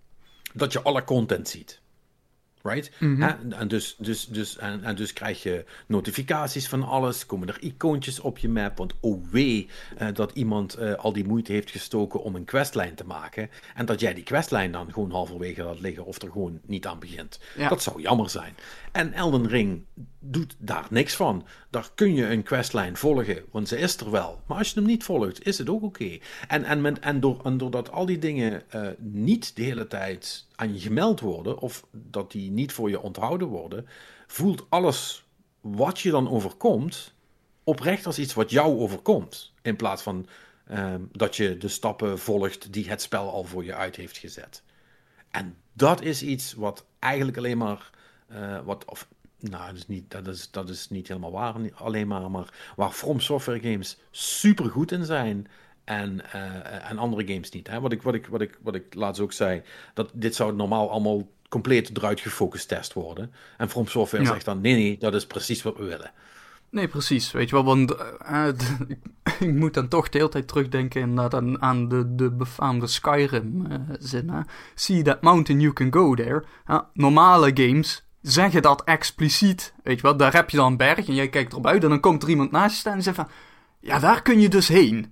dat je alle content ziet. Right? Mm-hmm. En, en, dus, dus, dus, en, en dus krijg je notificaties van alles, komen er icoontjes op je map, want oh wee, uh, dat iemand uh, al die moeite heeft gestoken om een questlijn te maken, en dat jij die questlijn dan gewoon halverwege laat liggen, of er gewoon niet aan begint. Ja. Dat zou jammer zijn. En Elden Ring doet daar niks van. Daar kun je een questlijn volgen, want ze is er wel. Maar als je hem niet volgt, is het ook oké. Okay. En, en, met, en, door, en doordat al die dingen uh, niet de hele tijd aan je gemeld worden, of dat die niet voor je onthouden worden, voelt alles wat je dan overkomt oprecht als iets wat jou overkomt. In plaats van uh, dat je de stappen volgt die het spel al voor je uit heeft gezet. En dat is iets wat eigenlijk alleen maar uh, wat, of, nou, dat is, niet, dat, is, dat is niet helemaal waar, alleen maar, maar waar From Software games super goed in zijn en, uh, en andere games niet. Hè? Wat, ik, wat, ik, wat, ik, wat ik laatst ook zei, dat dit zou normaal allemaal compleet eruit gefocust test worden. En From Software ja. zegt dan, nee, nee, dat is precies wat we willen. Nee, precies. Weet je wel, want uh, d- ik moet dan toch de hele tijd terugdenken inderdaad aan, aan de, de befaamde Skyrim-zin. Uh, See that mountain, you can go there. Uh, normale games zeggen dat expliciet. Weet je wel, daar heb je dan een berg en jij kijkt erop uit en dan komt er iemand naast je staan en zegt van, ja, daar kun je dus heen.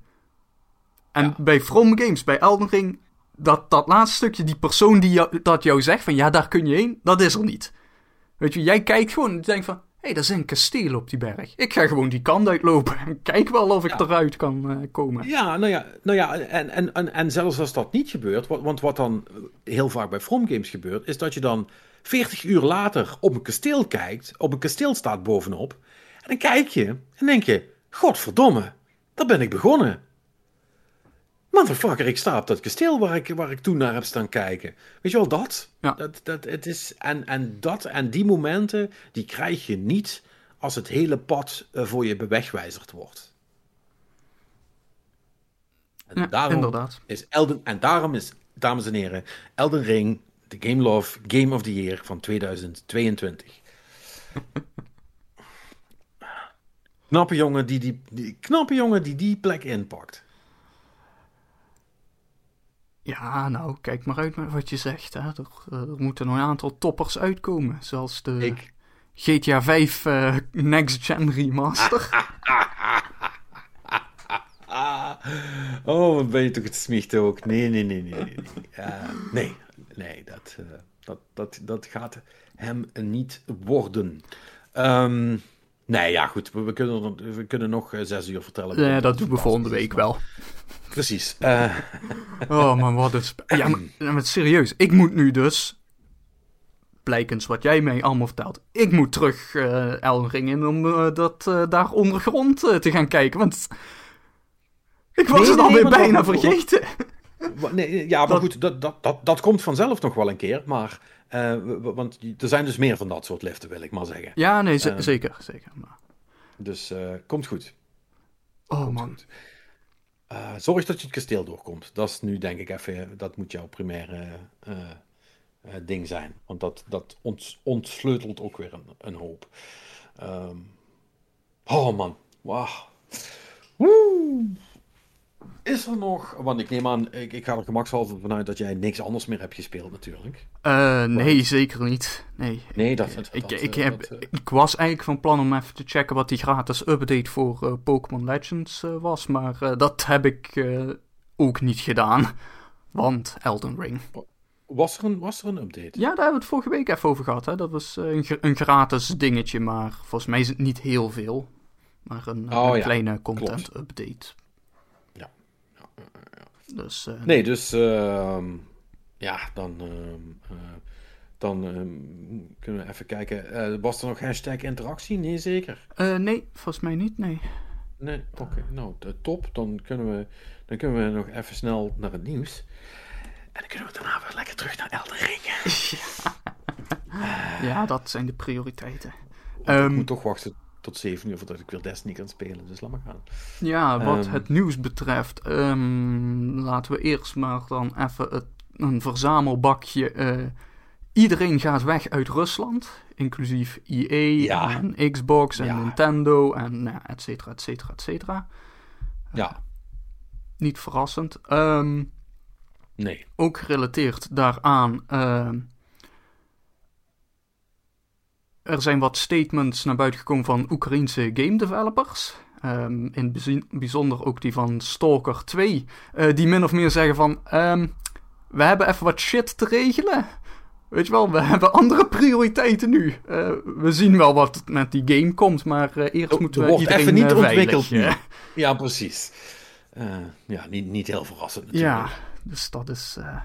En ja. bij From Games, bij Elden Ring, dat, dat laatste stukje, die persoon die jou, dat jou zegt van, ja, daar kun je heen, dat is er niet. Weet je, jij kijkt gewoon en denkt van, hey, er zijn kastelen op die berg. Ik ga gewoon die kant uitlopen en kijk wel of ik ja. eruit kan uh, komen. Ja, nou ja, nou ja en, en, en, en zelfs als dat niet gebeurt, want wat dan heel vaak bij From Games gebeurt, is dat je dan veertig uur later op een kasteel kijkt, op een kasteel staat bovenop, en dan kijk je en denk je, godverdomme, daar ben ik begonnen. Motherfucker, ik sta op dat kasteel waar ik, waar ik toen naar heb staan kijken. Weet je wel, dat? Ja. dat, dat het is, en, en dat en die momenten, die krijg je niet als het hele pad uh, voor je bewegwijzerd wordt. En ja, daarom inderdaad. Is Elden, en daarom is, dames en heren, Elden Ring de Game Love Game of the Year van tweeduizend tweeëntwintig. Knappe jongen die die, die, knappe jongen die die plek inpakt. Ja, nou, kijk maar uit met wat je zegt. Hè. Er, er moeten nog een aantal toppers uitkomen. Zoals de Ik... G T A vijf uh, Next Gen Remaster. Oh, wat ben je toch het smicht ook. Nee, nee, nee, nee. Nee, uh, nee, nee dat, uh, dat, dat, dat gaat hem niet worden. Um, nee, ja, goed. We, we, kunnen, we kunnen nog uh, zes uur vertellen. Ja, dat doen we volgende week wel. Precies. Uh... Oh man, wat is... Ja, maar, maar serieus. Ik moet nu dus... Blijkens wat jij mij allemaal vertelt. Ik moet terug uh, Elden Ring in om uh, dat uh, daar ondergrond uh, te gaan kijken. Want... Ik was nee, het alweer nee, bijna dat, vergeten. Nee, ja, maar dat... goed. Dat, dat, dat, dat komt vanzelf nog wel een keer. Maar... Uh, want er zijn dus meer van dat soort liften, wil ik maar zeggen. Ja, nee, z- uh, zeker. zeker maar... Dus uh, komt goed. Oh komt man. Goed. Uh, zorg dat je het kasteel doorkomt. Dat is nu denk ik even, dat moet jouw primaire uh, uh, ding zijn. Want dat, dat ont, ontsleutelt ook weer een, een hoop. Um, oh man, wauw. Woe. Is er nog, want ik neem aan, ik, ik ga er gemakshalve vanuit dat jij niks anders meer hebt gespeeld natuurlijk. Uh, nee, zeker niet. Nee, nee dat, dat, ik, dat, ik, dat, heb, dat, uh... ik was eigenlijk van plan om even te checken wat die gratis update voor uh, Pokémon Legends uh, was, maar uh, dat heb ik uh, ook niet gedaan, want Elden Ring. Was er, een, was er een update? Ja, daar hebben we het vorige week even over gehad. Hè? Dat was uh, een, een gratis dingetje, maar volgens mij is het niet heel veel, maar een, oh, een ja. kleine content Klopt. update. Ja. ja, ja, ja. Dus, uh, nee, dus uh, ja, dan, uh, uh, dan uh, kunnen we even kijken. Uh, was er nog hashtag interactie? Nee, zeker? Uh, nee, volgens mij niet, nee. Nee, oké. Okay. Nou, top. Dan kunnen, we, dan kunnen we nog even snel naar het nieuws. En dan kunnen we daarna weer lekker terug naar Elden Ring. Ja, ja dat zijn de prioriteiten. Um, ik moet toch wachten tot zeven uur voordat ik weer Destiny kan spelen. Dus laat maar gaan. Ja, wat um, het nieuws betreft, um, laten we eerst maar dan even het, een verzamelbakje. Uh, iedereen gaat weg uit Rusland, inclusief E A ja. en Xbox en ja. Nintendo en nou, et cetera, et cetera, et cetera. Ja. Uh, niet verrassend. Um, nee. Ook gerelateerd daaraan... Uh, Er zijn wat statements naar buiten gekomen van Oekraïense game developers. Um, in het bijzonder ook die van Stalker twee. Uh, die min of meer zeggen van... Um, we hebben even wat shit te regelen. Weet je wel, we hebben andere prioriteiten nu. Uh, we zien wel wat met die game komt. Maar uh, eerst oh, moeten we wordt iedereen even niet uh, ontwikkeld. veilig, nu. Ja, precies. Uh, ja, niet, niet heel verrassend natuurlijk. Ja, dus dat is... Uh,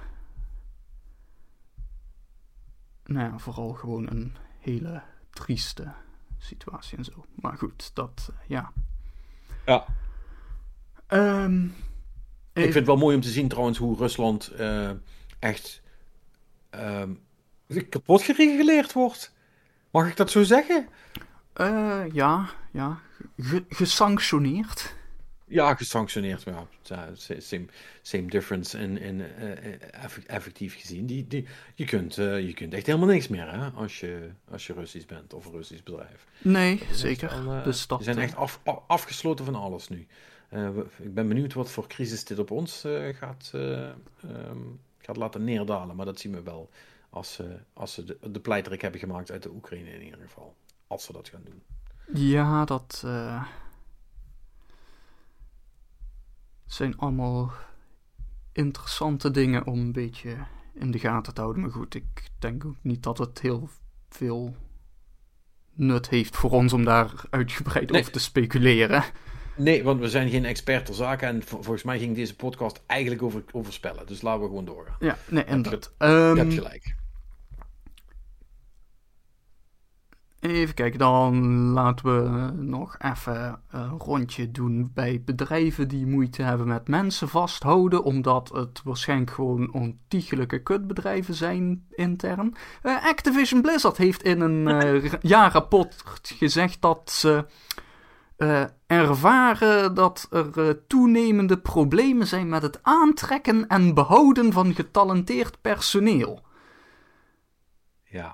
nou ja, vooral gewoon een hele... trieste situatie en zo. Maar goed, dat, uh, ja. Ja. Um, ik vind het wel mooi om te zien trouwens hoe Rusland uh, echt um, kapot gereguleerd wordt. Mag ik dat zo zeggen? Uh, ja, ja. Ge- gesanctioneerd. Ja, gesanctioneerd. Ja, same, same difference in, in uh, effectief gezien. Die, die, je, kunt, uh, je kunt echt helemaal niks meer hè, als, je, als je Russisch bent of een Russisch bedrijf. Nee, zeker. Al, uh, dus dat, die zijn echt af, af, afgesloten van alles nu. Uh, we, ik ben benieuwd wat voor crisis dit op ons uh, gaat, uh, um, gaat laten neerdalen. Maar dat zien we wel als, uh, als ze de, de pleiterik hebben gemaakt uit de Oekraïne in ieder geval. Als ze dat gaan doen. Ja, dat... Uh... zijn allemaal interessante dingen om een beetje in de gaten te houden. Maar goed, ik denk ook niet dat het heel veel nut heeft voor ons om daar uitgebreid Nee. over te speculeren. Nee, want we zijn geen expert ter zake en vol- volgens mij ging deze podcast eigenlijk over, over spellen. Dus laten we gewoon doorgaan. Ja, nee, je- inderdaad. Je Ehm, hebt gelijk. Even kijken, dan laten we nog even een rondje doen bij bedrijven die moeite hebben met mensen vasthouden, omdat het waarschijnlijk gewoon ontiegelijke kutbedrijven zijn intern. Eh, Activision Blizzard heeft in een eh, jaarrapport gezegd dat ze eh, ervaren dat er eh, toenemende problemen zijn met het aantrekken en behouden van getalenteerd personeel. Ja.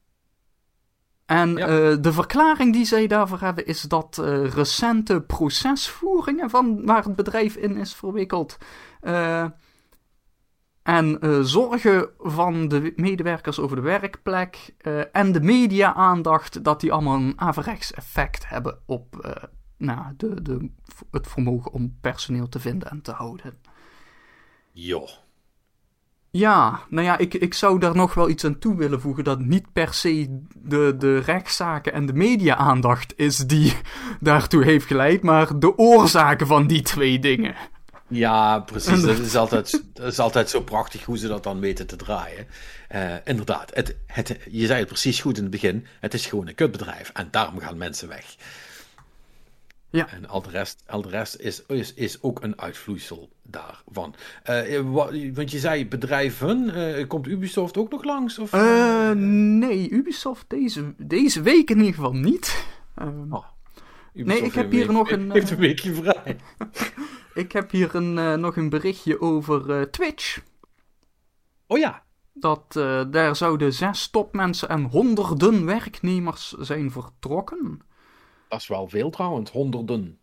En Ja. eh, de verklaring die zij daarvoor hebben is dat eh, recente procesvoeringen van waar het bedrijf in is verwikkeld eh, en eh, zorgen van de medewerkers over de werkplek eh, en de media-aandacht, dat die allemaal een averechts effect hebben op eh, nou, de, de, het vermogen om personeel te vinden en te houden. Joh. Ja, nou ja, ik, ik zou daar nog wel iets aan toe willen voegen, dat niet per se de, de rechtszaken en de media-aandacht is die daartoe heeft geleid, maar de oorzaken van die twee dingen. Ja, precies. Dat is, altijd, dat is altijd zo prachtig hoe ze dat dan weten te draaien. Uh, inderdaad, het, het, je zei het precies goed in het begin. Het is gewoon een kutbedrijf en daarom gaan mensen weg. Ja. En al de rest, al de rest is, is, is ook een uitvloeisel daarvan. Uh, wat, want je zei bedrijven, uh, komt Ubisoft ook nog langs? Of, uh, nee, Ubisoft deze, deze week in ieder geval niet. Uh, oh, nee, ik heb hier week, nog een... heeft een weekje vrij. Ik heb hier een, uh, nog een berichtje over uh, Twitch. Oh ja. Dat uh, daar zouden zes topmensen en honderden werknemers zijn vertrokken. Dat is wel veel trouwens, honderden.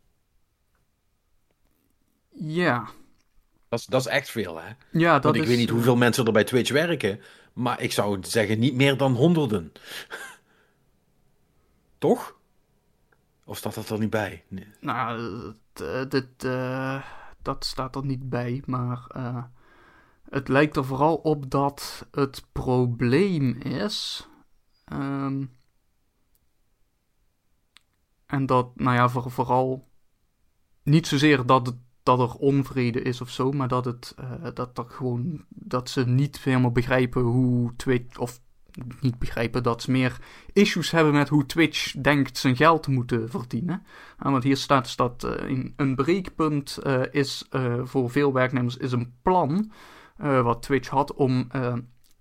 Ja. Dat is, dat is echt veel, hè? Ja, dat Want ik is, weet niet hoeveel mensen er bij Twitch werken, maar ik zou zeggen niet meer dan honderden. Toch? Of staat dat er niet bij? Nee. Nou, d- dit, uh, dat staat er niet bij, maar uh, het lijkt er vooral op dat het probleem is... Um, en dat, nou ja, voor, vooral niet zozeer dat, het, dat er onvrede is of zo, maar dat het, uh, dat er gewoon, dat ze niet helemaal begrijpen hoe Twitch, of niet begrijpen, dat ze meer issues hebben met hoe Twitch denkt zijn geld te moeten verdienen. Uh, want hier staat dus dat uh, in, een breekpunt uh, is uh, voor veel werknemers is een plan uh, wat Twitch had om uh,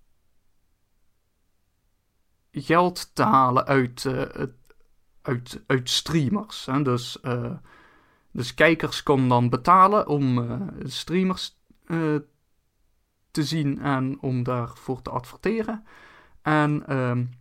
geld te halen uit uh, het Uit, uit streamers. Hè? Dus, uh, dus kijkers konden dan betalen om uh, streamers uh, te zien en om daarvoor te adverteren. En, um,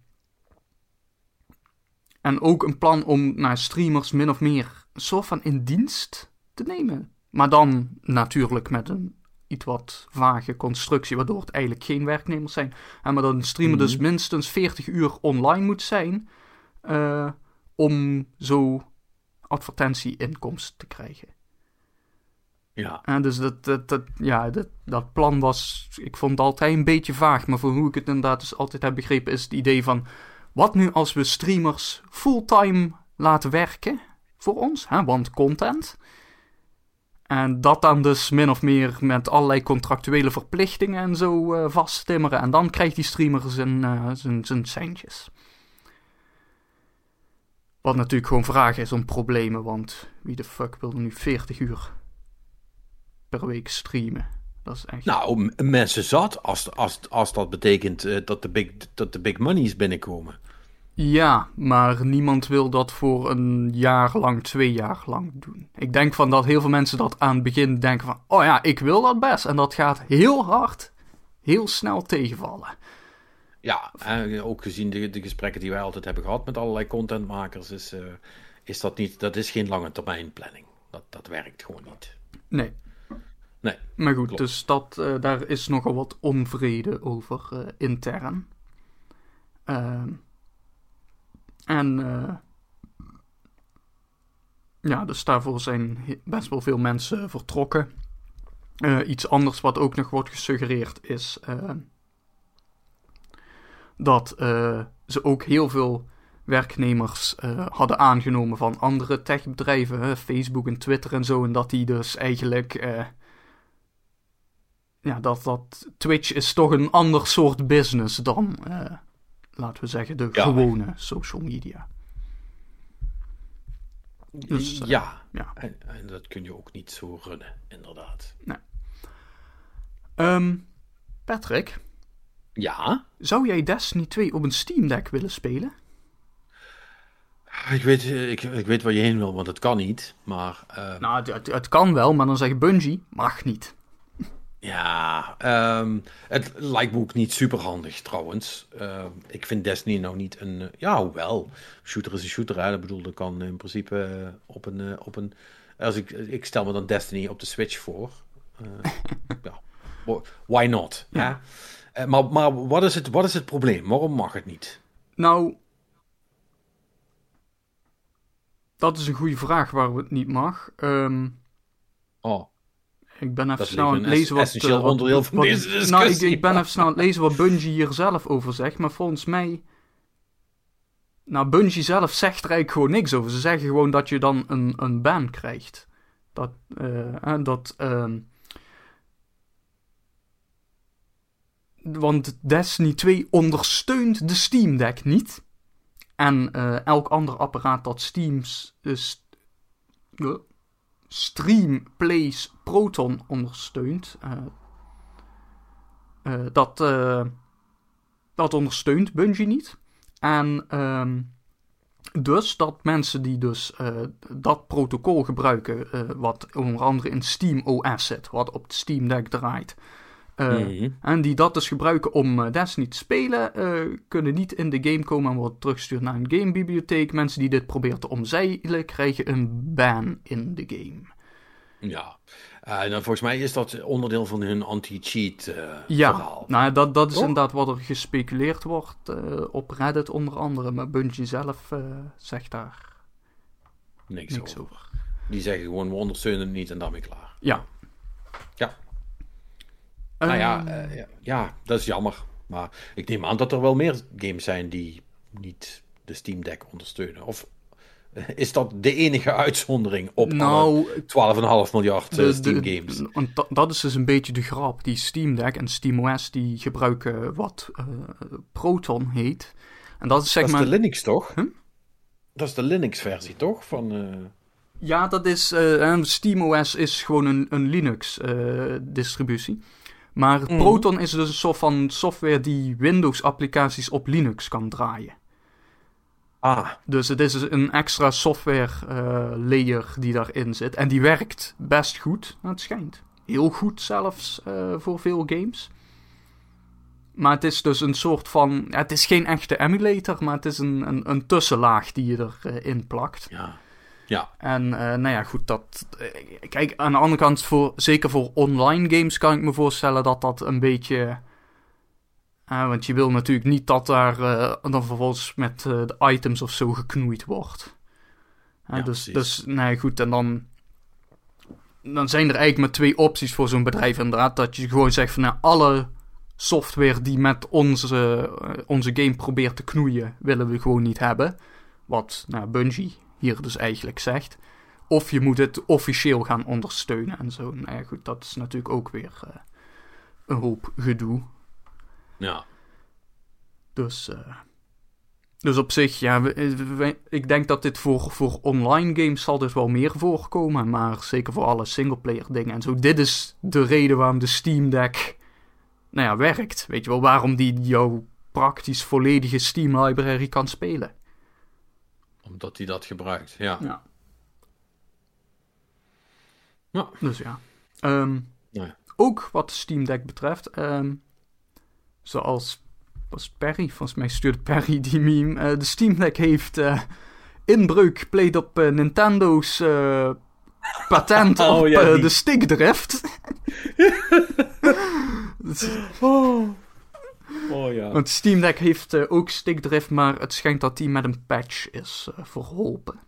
en ook een plan om nou, streamers min of meer een soort van in dienst te nemen. Maar dan natuurlijk met een iets wat vage constructie, waardoor het eigenlijk geen werknemers zijn. En maar dat een streamer mm-hmm. dus minstens veertig uur online moet zijn... Uh, om zo advertentie-inkomsten te krijgen. Ja. En dus dat, dat, dat, ja, dat, dat plan was... Ik vond het altijd een beetje vaag, maar voor hoe ik het inderdaad dus altijd heb begrepen... is het idee van... Wat nu als we streamers fulltime laten werken voor ons? Hè, want content. En dat dan dus min of meer met allerlei contractuele verplichtingen en zo uh, vasttimmeren. En dan krijgt die streamer zijn, uh, zijn, zijn centjes. Wat natuurlijk gewoon vragen is om problemen, want wie de fuck wil er nu veertig uur per week streamen? Dat is echt... Nou, m- mensen zat, als, als, als dat betekent uh, dat, de big, dat de big money's binnenkomen. Ja, maar niemand wil dat voor een jaar lang, twee jaar lang doen. Ik denk van dat heel veel mensen dat aan het begin denken van... Oh ja, ik wil dat best. En dat gaat heel hard, heel snel tegenvallen. Ja, en ook gezien de, de gesprekken die wij altijd hebben gehad met allerlei contentmakers, is, uh, is dat niet, dat is geen lange termijn planning. Dat, dat werkt gewoon niet. Nee. Nee. Maar goed, klopt. dus dat, uh, daar is nogal wat onvrede over uh, intern. Uh, en uh, ja, dus daarvoor zijn best wel veel mensen vertrokken. Uh, iets anders wat ook nog wordt gesuggereerd is... Uh, dat uh, ze ook heel veel werknemers uh, hadden aangenomen van andere techbedrijven, hè, Facebook en Twitter en zo. En dat die dus eigenlijk... Uh, ja, dat, dat Twitch is toch een ander soort business dan, uh, laten we zeggen, de ja. gewone social media. Dus, uh, ja, ja. En, en dat kun je ook niet zo runnen, inderdaad. Nee. Um, Patrick? Ja? Zou jij Destiny twee op een Steam Deck willen spelen? Ik weet, ik, ik weet waar je heen wil, want het kan niet, maar... Uh... Nou, het, het, het kan wel, maar dan zegt Bungie, mag niet. Ja, um, het lijkt me ook niet super handig trouwens. Uh, ik vind Destiny nou niet een... Uh, ja, hoewel. Shooter is een shooter, hè. Ik bedoel, dat kan in principe uh, op een... Uh, op een als ik, ik stel me dan Destiny op de Switch voor. Uh, ja, why not? Ja. Uh, maar maar wat, is het, wat is het probleem? Waarom mag het niet? Nou... Dat is een goede vraag waarom het niet mag. Um, oh. Ik ben even dat snel aan het lezen wat... essentieel wat, onderdeel van wat, deze discussie. Nou, ik, ik ben even snel aan het lezen wat Bungie hier zelf over zegt. Maar volgens mij... Nou, Bungie zelf zegt er eigenlijk gewoon niks over. Ze zeggen gewoon dat je dan een, een ban krijgt. Dat... Uh, dat uh, want Destiny twee ondersteunt de Steam Deck niet. En uh, elk ander apparaat dat Steam's... Dus, uh, Stream Plays Proton ondersteunt. Uh, uh, dat, uh, dat ondersteunt Bungie niet. En um, dus dat mensen die dus uh, dat protocol gebruiken, uh, wat onder andere in Steam O S zit, wat op de Steam Deck draait, uh, mm-hmm. en die dat dus gebruiken om uh, Destiny te spelen, uh, kunnen niet in de game komen en worden teruggestuurd naar een gamebibliotheek. Mensen die dit proberen te omzeilen, krijgen een ban in de game. Ja, uh, en dan volgens mij is dat onderdeel van hun anti-cheat uh, ja, verhaal. Nou, dat, dat is oh? inderdaad wat er gespeculeerd wordt uh, op Reddit onder andere. Maar Bungie zelf uh, zegt daar niks, niks over. over. Die zeggen gewoon, we ondersteunen het niet en daarmee klaar. Ja. Ja. Uh, nou ja, uh, ja, ja, dat is jammer. Maar ik neem aan dat er wel meer games zijn die niet de Steam Deck ondersteunen. Of... Is dat de enige uitzondering op nou, twaalf komma vijf miljard de, Steam de, games? Want dat, dat is dus een beetje de grap. Die Steam Deck en SteamOS die gebruiken wat uh, Proton heet. En dat is zeg dat maar... is de Linux toch? Huh? Dat is de Linux versie toch? Van, uh... Ja, dat is... Uh, SteamOS is gewoon een, een Linux uh, distributie. Maar mm. Proton is dus een soort van software die Windows applicaties op Linux kan draaien. Ah. Dus het is een extra software uh, layer die daarin zit. En die werkt best goed, het schijnt. Heel goed zelfs uh, voor veel games. Maar het is dus een soort van... Ja, het is geen echte emulator, maar het is een, een, een tussenlaag die je erin uh, plakt. Ja. Ja. En uh, nou ja, goed, dat... Uh, kijk, aan de andere kant, voor, zeker voor online games kan ik me voorstellen dat dat een beetje... Uh, want je wil natuurlijk niet dat daar uh, dan vervolgens met uh, de items of zo geknoeid wordt. Uh, ja, dus, dus, nee, goed, en dan... Dan zijn er eigenlijk maar twee opties voor zo'n bedrijf inderdaad. Dat je gewoon zegt van, nou, alle software die met onze, uh, onze game probeert te knoeien, willen we gewoon niet hebben. Wat, nou, Bungie hier dus eigenlijk zegt. Of je moet het officieel gaan ondersteunen en zo. Nou ja, goed, dat is natuurlijk ook weer uh, een hoop gedoe. Ja. Dus, uh, dus op zich, ja, we, we, ik denk dat dit voor, voor online games zal dus wel meer voorkomen. Maar zeker voor alle singleplayer dingen en zo. Dit is de reden waarom de Steam Deck, nou ja, werkt. Weet je wel, waarom die jouw praktisch volledige Steam library kan spelen. Omdat hij dat gebruikt, ja. Ja. Ja. Dus ja. Um, ja. Ook wat de Steam Deck betreft... Um, Zoals was Perry, volgens mij stuurde Perry die meme. Uh, de Steam Deck heeft uh, inbreuk gepleegd op uh, Nintendo's uh, patent oh, op ja, uh, de stickdrift. oh. oh ja. Want Steam Deck heeft uh, ook stickdrift, maar het schijnt dat die met een patch is uh, verholpen.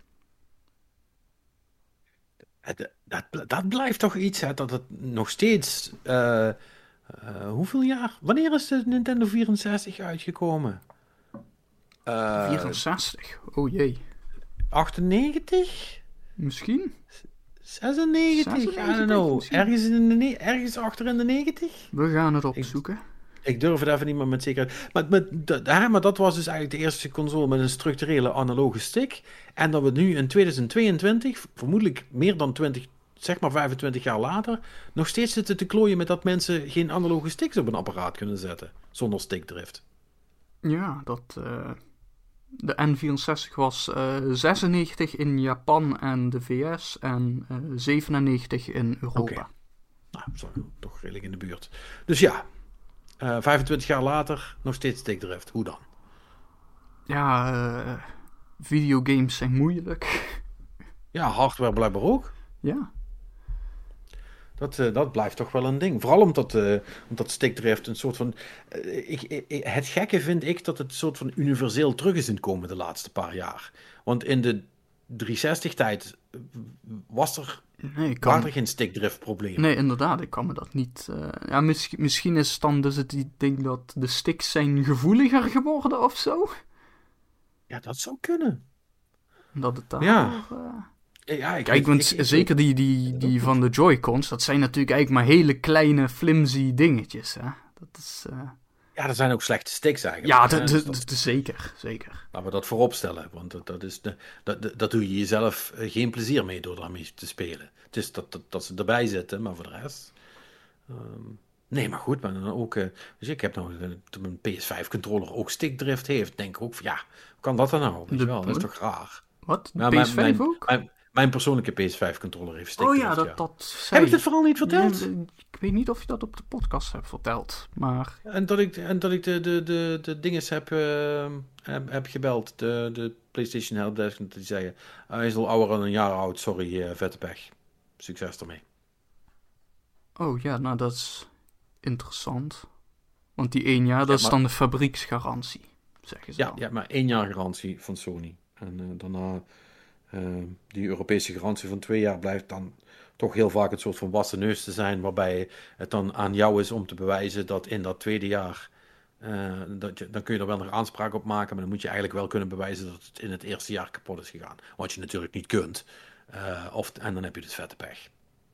Het, dat, dat blijft toch iets, hè, dat het nog steeds... Uh... Uh, hoeveel jaar? Wanneer is de Nintendo vierenzestig uitgekomen? Uh, vierenzestig, oh jee. achtennegentig? Misschien? zesennegentig? zesennegentig? I don't know. Misschien. Ergens, in de ne- ergens achter in de negentig? We gaan het opzoeken. Ik, ik durf het even niet meer met zekerheid. Maar, maar, dat, hè, maar dat was dus eigenlijk de eerste console met een structurele analoge stick. En dat we nu in tweeduizend tweeëntwintig, vermoedelijk meer dan twintig, zeg maar vijfentwintig jaar later, nog steeds zitten te klooien met dat mensen geen analoge sticks op een apparaat kunnen zetten. Zonder stickdrift. Ja, dat... Uh... De N vierenzestig was uh, zesennegentig in Japan en de V S en uh, zevenennegentig in Europa. Okay. Nou, dat is toch redelijk in de buurt. Dus ja, uh, vijfentwintig jaar later nog steeds stickdrift. Hoe dan? Ja, uh, videogames zijn moeilijk. Ja, hardware blijkbaar ook. Ja. Dat, uh, dat blijft toch wel een ding. Vooral omdat, uh, omdat stickdrift een soort van... Uh, ik, ik, het gekke vind ik dat het een soort van universeel terug is in komen de laatste paar jaar. Want in de driehonderdzestig-tijd was er, nee, kan... waren er geen stickdrift-problemen. Nee, inderdaad. Ik kan me dat niet... Uh... Ja, mis, misschien is het dan dus het ding dat de sticks zijn gevoeliger geworden of zo? Ja, dat zou kunnen. Dat het daar... Ja. Uh... Ja, ik, Kijk, want ik, ik, zeker die, die, die van de Joy-Cons, dat zijn natuurlijk eigenlijk maar hele kleine, flimsy dingetjes, hè. Dat is... Uh... Ja, dat zijn ook slechte sticks eigenlijk. Ja, dat, dat, dat, dat, zeker, zeker. Laten we dat voorop stellen, want dat, dat, is de, dat, dat doe je jezelf geen plezier mee door daarmee te spelen. Het is dat, dat, dat ze erbij zitten, maar voor de rest... Um, nee, maar goed, maar dan ook... Uh, dus ik heb nou een P S vijf controller ook stickdrift heeft, denk ik ook van, ja, hoe kan dat dan nou? Weet de, je wel, dat is toch raar? Wat? De P S vijf mijn, ook? Mijn, Mijn persoonlijke P S vijf controller heeft stickdrift. Oh ja, dat, ja. dat zei... Heb ik dit vooral niet verteld? Nee, ik weet niet of je dat op de podcast hebt verteld, maar... En dat ik, en dat ik de, de, de, de dinges heb, uh, heb, heb gebeld, de, de PlayStation Helpdesk, en die zeggen, hij is al ouder dan een jaar oud, sorry, uh, vette pech. Succes ermee. Oh ja, nou dat is interessant. Want die één jaar, dat ja, maar... is dan de fabrieksgarantie, zeggen ze ja, dan. Ja, maar één jaar garantie van Sony. En uh, daarna... Uh, die Europese garantie van twee jaar blijft dan toch heel vaak het soort van wassen neus te zijn, waarbij het dan aan jou is om te bewijzen dat in dat tweede jaar, uh, dat je, dan kun je er wel nog aanspraak op maken, maar dan moet je eigenlijk wel kunnen bewijzen dat het in het eerste jaar kapot is gegaan. Wat je natuurlijk niet kunt. Uh, of, en dan heb je dus vette pech.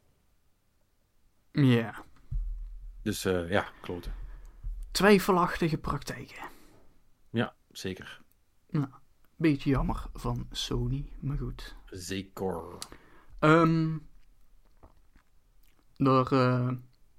Ja. Yeah. Dus uh, ja, kloten. Twijfelachtige praktijken. Ja, zeker. Nou. Beetje jammer van Sony, maar goed. Zeker. Um, door uh,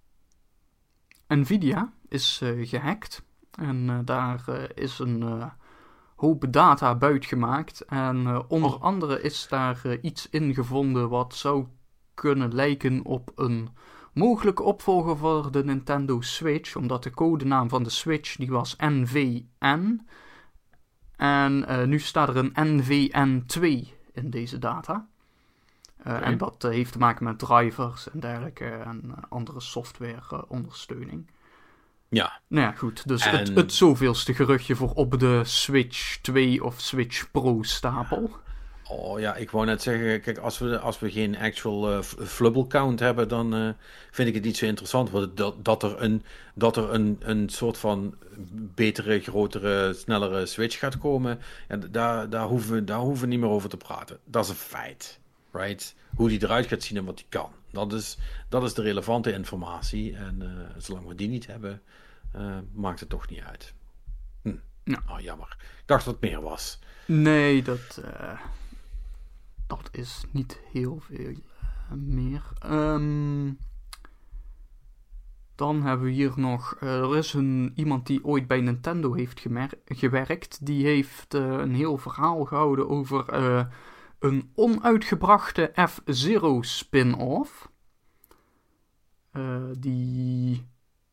Nvidia is uh, gehackt. En uh, daar uh, is een uh, hoop data buitgemaakt. En uh, onder oh. andere is daar uh, iets in gevonden wat zou kunnen lijken op een mogelijke opvolger voor de Nintendo Switch. Omdat de codenaam van de Switch die was N V N. En uh, nu staat er een N V N twee in deze data. Uh, okay. En dat uh, heeft te maken met drivers en dergelijke en uh, andere software uh, ondersteuning. Ja. Nou ja, goed. Dus en... het, het zoveelste geruchtje voor op de Switch twee of Switch Pro stapel. Ja. Oh ja, ik wou net zeggen, kijk, als we, als we geen actual uh, flubble count hebben, dan uh, vind ik het niet zo interessant. Want dat, dat er, een, dat er een, een soort van betere, grotere, snellere Switch gaat komen, ja, daar, daar, hoeven we, daar hoeven we niet meer over te praten. Dat is een feit, right? Hoe die eruit gaat zien en wat die kan. Dat is, dat is de relevante informatie. En uh, zolang we die niet hebben, uh, maakt het toch niet uit. Hm. Ja. Oh, jammer. Ik dacht dat het meer was. Nee, dat... Uh... Dat is niet heel veel uh, meer. Um, dan hebben we hier nog... Uh, er is een, iemand die ooit bij Nintendo heeft gemer- gewerkt. Die heeft uh, een heel verhaal gehouden over uh, een onuitgebrachte F-Zero spin-off. Uh, die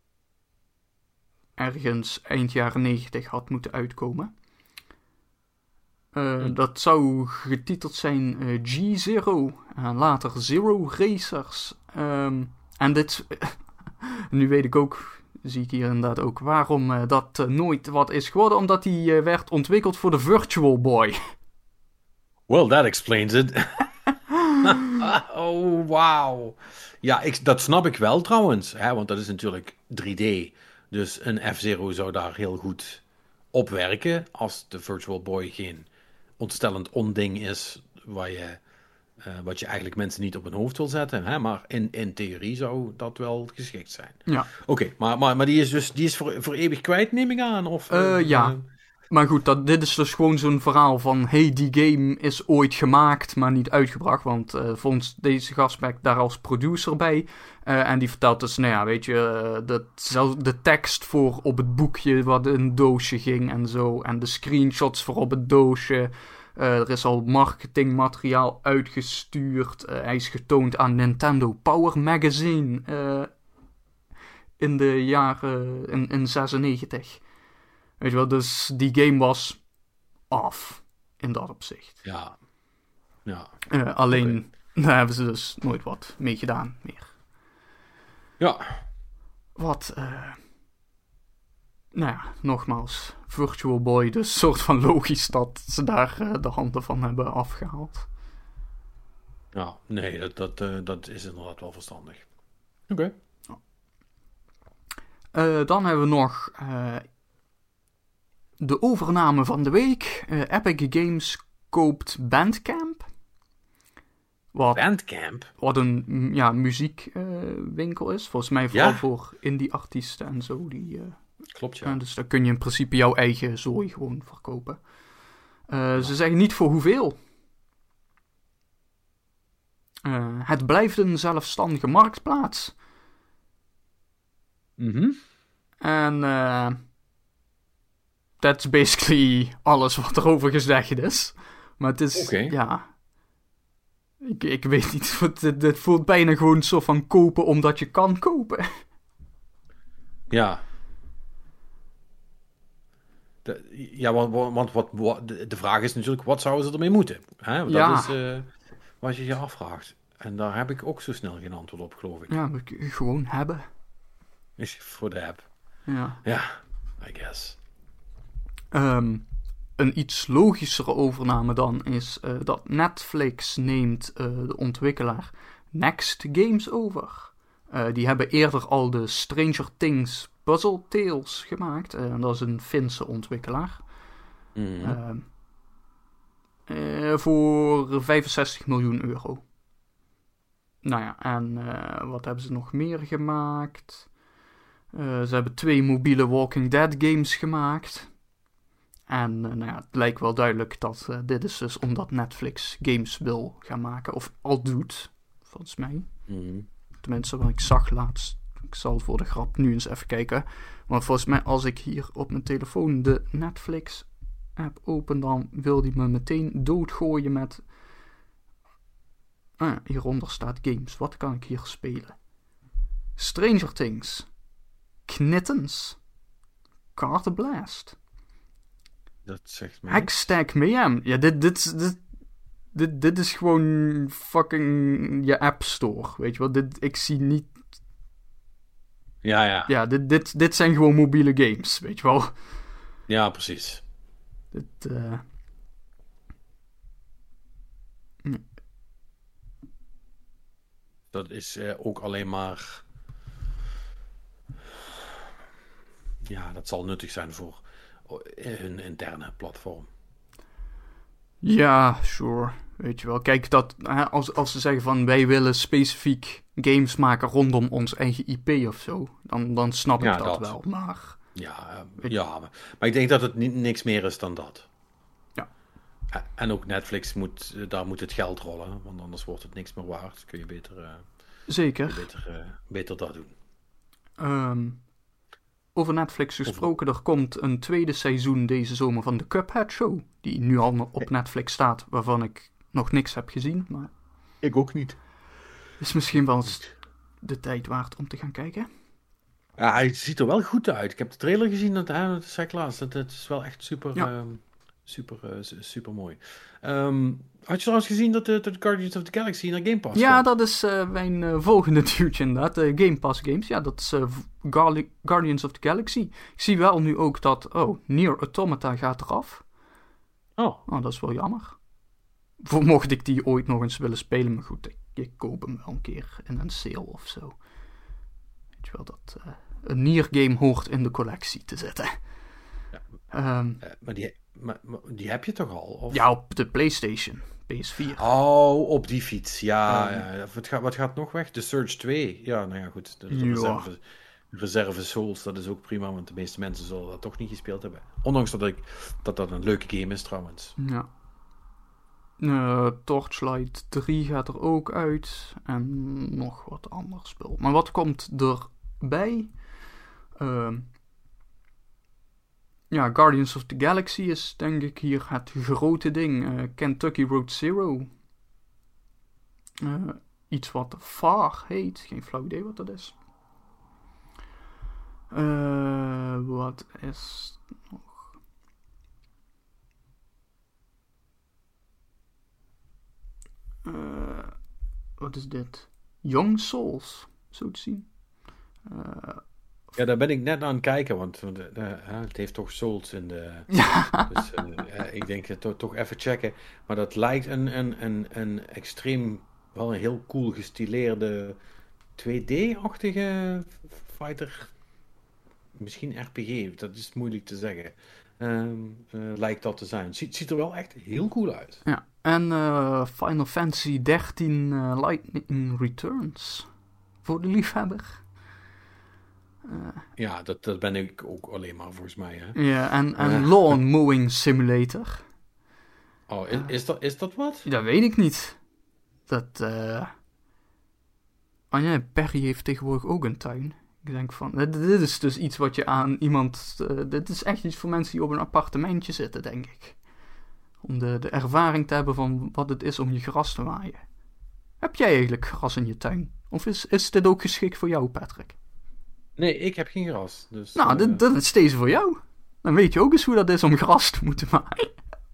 ergens eind jaren negentig had moeten uitkomen. Uh, dat zou getiteld zijn uh, G-Zero. En later Zero Racers. Um, en dit... nu weet ik ook... Zie ik hier inderdaad ook waarom uh, dat uh, nooit wat is geworden. Omdat die uh, werd ontwikkeld voor de Virtual Boy. Well, that explains it. Oh, wauw. Ja, ik, dat snap ik wel trouwens. Hè, want dat is natuurlijk drie D. Dus een F-Zero zou daar heel goed... opwerken als de Virtual Boy geen ontstellend onding is waar je, uh, wat je eigenlijk mensen niet op hun hoofd wil zetten. Hè? Maar in, in theorie zou dat wel geschikt zijn. Ja. Oké, okay, maar, maar, maar die is dus die is voor, voor eeuwig kwijt, neem ik aan? Of, uh, uh, ja. Uh, Maar goed, dat, dit is dus gewoon zo'n verhaal van... hey, die game is ooit gemaakt, maar niet uitgebracht. Want uh, volgens deze gast ben ik daar als producer bij. Uh, en die vertelt dus, nou ja, weet je... Uh, de, zelfs de tekst voor op het boekje wat in een doosje ging en zo. En de screenshots voor op het doosje. Uh, er is al marketingmateriaal uitgestuurd. Uh, hij is getoond aan Nintendo Power Magazine. Uh, in de jaren... in, in zesennegentig. Weet je wel, dus die game was af in dat opzicht. Ja. ja. Uh, alleen, okay. Daar hebben ze dus nooit wat mee gedaan meer. Ja. Wat, uh, nou ja, nogmaals, Virtual Boy, dus soort van logisch dat ze daar uh, de handen van hebben afgehaald. Ja, nee, dat, dat, uh, dat is inderdaad wel verstandig. Oké. Okay. Uh, dan hebben we nog... Uh, De overname van de week. Uh, Epic Games koopt Bandcamp. Wat, Bandcamp? Wat een ja, muziekwinkel uh, is. Volgens mij vooral ja? voor indie-artiesten en zo. Die, uh, Klopt, ja. Uh, dus daar kun je in principe jouw eigen zooi gewoon verkopen. Uh, ja. Ze zeggen niet voor hoeveel. Uh, het blijft een zelfstandige marktplaats. Mhm. En... Uh, That's basically alles wat er over gezegd is. Maar het is, okay. ja... Ik, ik weet niet, het, het voelt bijna gewoon zo van kopen omdat je kan kopen. Ja. De, ja, want, want wat, wat, de vraag is natuurlijk, wat zouden ze ermee moeten? Hè? Dat ja. is uh, wat je je afvraagt. En daar heb ik ook zo snel geen antwoord op, geloof ik. Ja, we kunnen gewoon hebben. Is voor de app. Ja. Ja, I guess. Um, een iets logischere overname dan is uh, dat Netflix neemt uh, de ontwikkelaar Next Games over. Uh, die hebben eerder al de Stranger Things Puzzle Tales gemaakt. Uh, dat is een Finse ontwikkelaar. Mm-hmm. Uh, uh, voor vijfenzestig miljoen euro. Nou ja, en uh, wat hebben ze nog meer gemaakt? Uh, ze hebben twee mobiele Walking Dead games gemaakt. En uh, nou ja, het lijkt wel duidelijk dat uh, dit is dus omdat Netflix games wil gaan maken. Of al doet, volgens mij. Mm-hmm. Tenminste, wat ik zag laatst. Ik zal voor de grap nu eens even kijken. Want volgens mij, als ik hier op mijn telefoon de Netflix-app open, dan wil die me meteen doodgooien met... Ah, hieronder staat games. Wat kan ik hier spelen? Stranger Things. Knittens. Card Blast. Dat zegt mij. Hackstack Mayhem. Ja, dit, dit, dit, dit, dit is gewoon fucking je app store. Weet je wel, dit, ik zie niet... Ja, ja. Ja, dit, dit, dit zijn gewoon mobiele games, weet je wel. Ja, precies. Dit, uh... nee. Dat is uh, ook alleen maar... Ja, dat zal nuttig zijn voor hun interne platform. Ja, sure. Weet je wel. Kijk, dat, hè, als, als ze zeggen van wij willen specifiek games maken rondom ons eigen I P of zo, dan, dan snap ik ja, dat, dat wel. Maar... Ja, uh, ja maar, maar ik denk dat het niet, niks meer is dan dat. Ja. En ook Netflix moet, daar moet het geld rollen, want anders wordt het niks meer waard. Kun je beter, uh, Zeker. Kun je beter, uh, beter dat doen. Um, over Netflix gesproken, over... er komt een tweede seizoen deze zomer van de Cuphead Show, die nu al op Netflix staat, waarvan ik nog niks heb gezien. Maar ik ook niet. Is misschien wel eens de tijd waard om te gaan kijken. Ja, hij ziet er wel goed uit. Ik heb de trailer gezien, dat, dat zei ik laatst. Het, het is wel echt super, ja. um, super, uh, super mooi. Um, had je trouwens gezien dat de, de Guardians of the Galaxy naar Game Pass Ja, komt? dat is uh, mijn uh, volgende duwtje inderdaad. Uh, Game Pass games. Ja, dat is uh, Gar- Guardians of the Galaxy. Ik zie wel nu ook dat, oh, Nier Automata gaat eraf. Oh. Oh, dat is wel jammer. Voor mocht ik die ooit nog eens willen spelen, maar goed, ik, ik koop hem wel een keer in een sale of zo. Weet je wel, dat uh, een Nier game hoort in de collectie te zetten. Um, uh, maar, die, maar, maar die heb je toch al? Of? Ja, op de PlayStation. P S vier. Oh, op die fiets. Ja, Um, ja. Wat, gaat, wat gaat nog weg? De Surge twee. Ja, nou ja, goed. De, de ja. reserve, reserve Souls, dat is ook prima, want de meeste mensen zullen dat toch niet gespeeld hebben. Ondanks dat ik, dat, dat een leuke game is, trouwens. Ja. Uh, Torchlight drie gaat er ook uit. En nog wat anders spul. Maar wat komt erbij? Uh, ja, Guardians of the Galaxy is denk ik hier het grote ding. Uh, Kentucky Road Zero. Uh, iets wat Far heet. Geen flauw idee wat dat is. Uh, wat is nog? Uh, wat is dit? Young Souls, zo te zien. Uh, ja, daar ben ik net aan het kijken, want uh, uh, het heeft toch Souls in de... Ja. Dus uh, uh, ik denk uh, to- toch even checken. Maar dat lijkt een, een, een, een extreem, wel een heel cool gestileerde twee D-achtige fighter. Misschien R P G, dat is moeilijk te zeggen. Uh, uh, lijkt dat te zijn. Het ziet, ziet er wel echt heel cool uit. Ja, en uh, Final Fantasy dertien uh, Lightning Returns. Voor de liefhebber. Uh, ja, dat, dat ben ik ook alleen maar volgens mij. Hè? Ja, en, en uh. Lawn Mowing Simulator. Oh, is, is, dat, is dat wat? Dat weet ik niet. Dat, uh... Oh ja, Perry heeft tegenwoordig ook een tuin. Ik denk van, dit, dit is dus iets wat je aan iemand... Uh, dit is echt iets voor mensen die op een appartementje zitten, denk ik. Om de, de ervaring te hebben van wat het is om je gras te maaien. Heb jij eigenlijk gras in je tuin? Of is, is dit ook geschikt voor jou, Patrick? Nee, ik heb geen gras. Dus, nou, uh... dit, dit is deze voor jou. Dan weet je ook eens hoe dat is om gras te moeten maaien.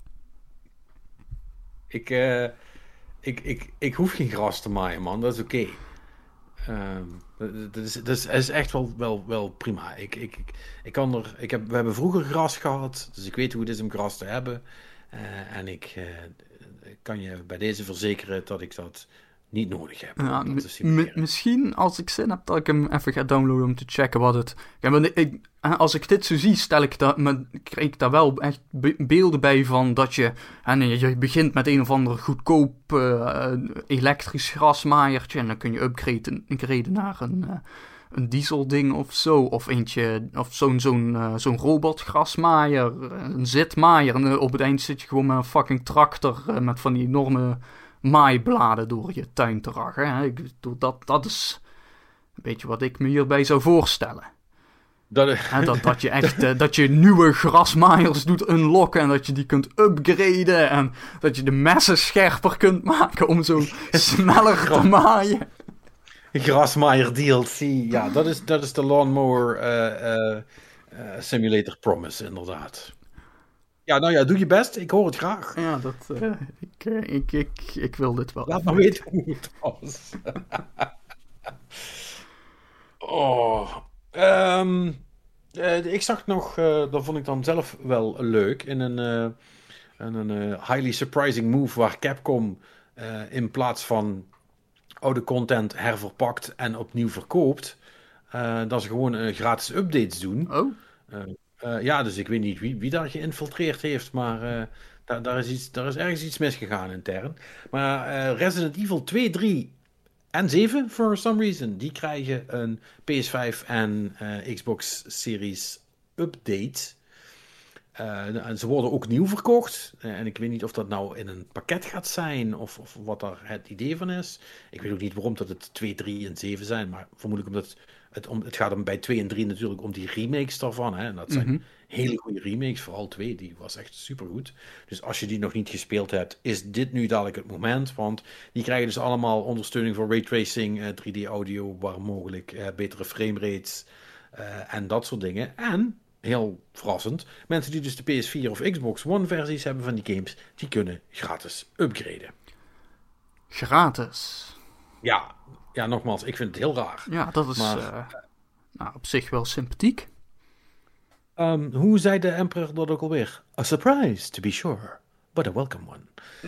Ik, uh, ik, ik, ik hoef geen gras te maaien, man. Dat is oké. Okay. Um, dat, is, dat is, is echt wel, wel, wel prima. Ik, ik, ik, ik kan er, ik heb, we hebben vroeger gras gehad, dus ik weet hoe het is om gras te hebben. Uh, en ik uh, kan je bij deze verzekeren dat ik dat niet nodig heb. Ja, m- m- misschien als ik zin heb dat ik hem even ga downloaden om te checken wat het... Ja, maar ik, als ik dit zo zie, stel ik dat, me, krijg ik daar wel echt be- beelden bij van dat je... En je begint met een of ander goedkoop uh, elektrisch grasmaaiertje en dan kun je upgraden, upgraden naar een, uh, een dieselding of zo. Of eentje, of zo'n, zo'n, uh, zo'n robotgrasmaaier, een zitmaaier. En uh, op het eind zit je gewoon met een fucking tractor uh, met van die enorme... maaibladen door je tuin te rachen. Hè? Ik, dat, dat is een beetje wat ik me hierbij zou voorstellen. Dat, is... Hè, dat, dat je echt uh, dat je nieuwe grasmaaiers doet unlocken en dat je die kunt upgraden en dat je de messen scherper kunt maken om zo sneller te maaien. Grasmaaier D L C, ja, dat is, dat is de Lawnmower uh, uh, uh, Simulator Promise, inderdaad. Ja, nou ja, doe je best. Ik hoor het graag. Ja, dat, uh, ik, uh, ik, ik, ik wil dit wel. Laat me weten hoe het was. oh. Um, uh, ik zag nog, uh, dat vond ik dan zelf wel leuk, in een, uh, een uh, highly surprising move waar Capcom uh, in plaats van oude content herverpakt en opnieuw verkoopt, uh, dat ze gewoon uh, gratis updates doen. Oh. Uh, Uh, ja, dus ik weet niet wie, wie daar geïnfiltreerd heeft, maar uh, daar, daar, is iets, daar is ergens iets misgegaan intern. Maar uh, Resident Evil twee, drie en zeven, for some reason, die krijgen een P S vijf en uh, Xbox Series update. Uh, en ze worden ook nieuw verkocht. Uh, en ik weet niet of dat nou in een pakket gaat zijn, of, of wat daar het idee van is. Ik weet ook niet waarom dat het twee, drie en zeven zijn, maar vermoedelijk omdat... Het, om, het gaat om bij twee en drie natuurlijk om die remakes daarvan. Hè? En dat zijn mm-hmm. hele goede remakes, vooral twee. Die was echt supergoed. Dus als je die nog niet gespeeld hebt, is dit nu dadelijk het moment. Want die krijgen dus allemaal ondersteuning voor raytracing, uh, drie D audio, waar mogelijk, uh, betere framerates uh, en dat soort dingen. En, heel verrassend, mensen die dus de P S vier of Xbox One versies hebben van die games, die kunnen gratis upgraden. Gratis? Ja. Ja, nogmaals, ik vind het heel raar. Ja, dat is maar, uh, nou, op zich wel sympathiek. Um, hoe zei de emperor dat ook alweer? A surprise, to be sure, but a welcome one.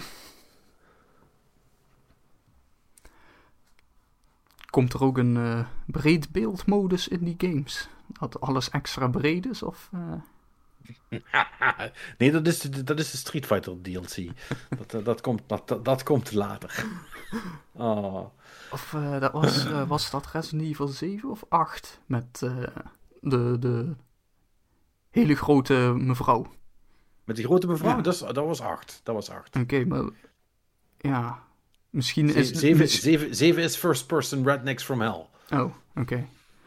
Komt er ook een uh, breedbeeldmodus in die games? Dat alles extra breed is? Of, uh... Nee, dat is de, dat is de Street Fighter D L C. Dat, dat, komt, dat, dat, dat komt later. Oh. Of uh, dat was, uh, was dat Resident Evil zeven of acht? Met uh, de, de hele grote mevrouw. Met die grote mevrouw? Ja. Dat, is, dat was acht. Dat was acht. Oké, okay, maar... Ja... Misschien Ze- is... Zeven, mis- zeven, zeven is First Person Rednecks from Hell. Oh, oké. Okay.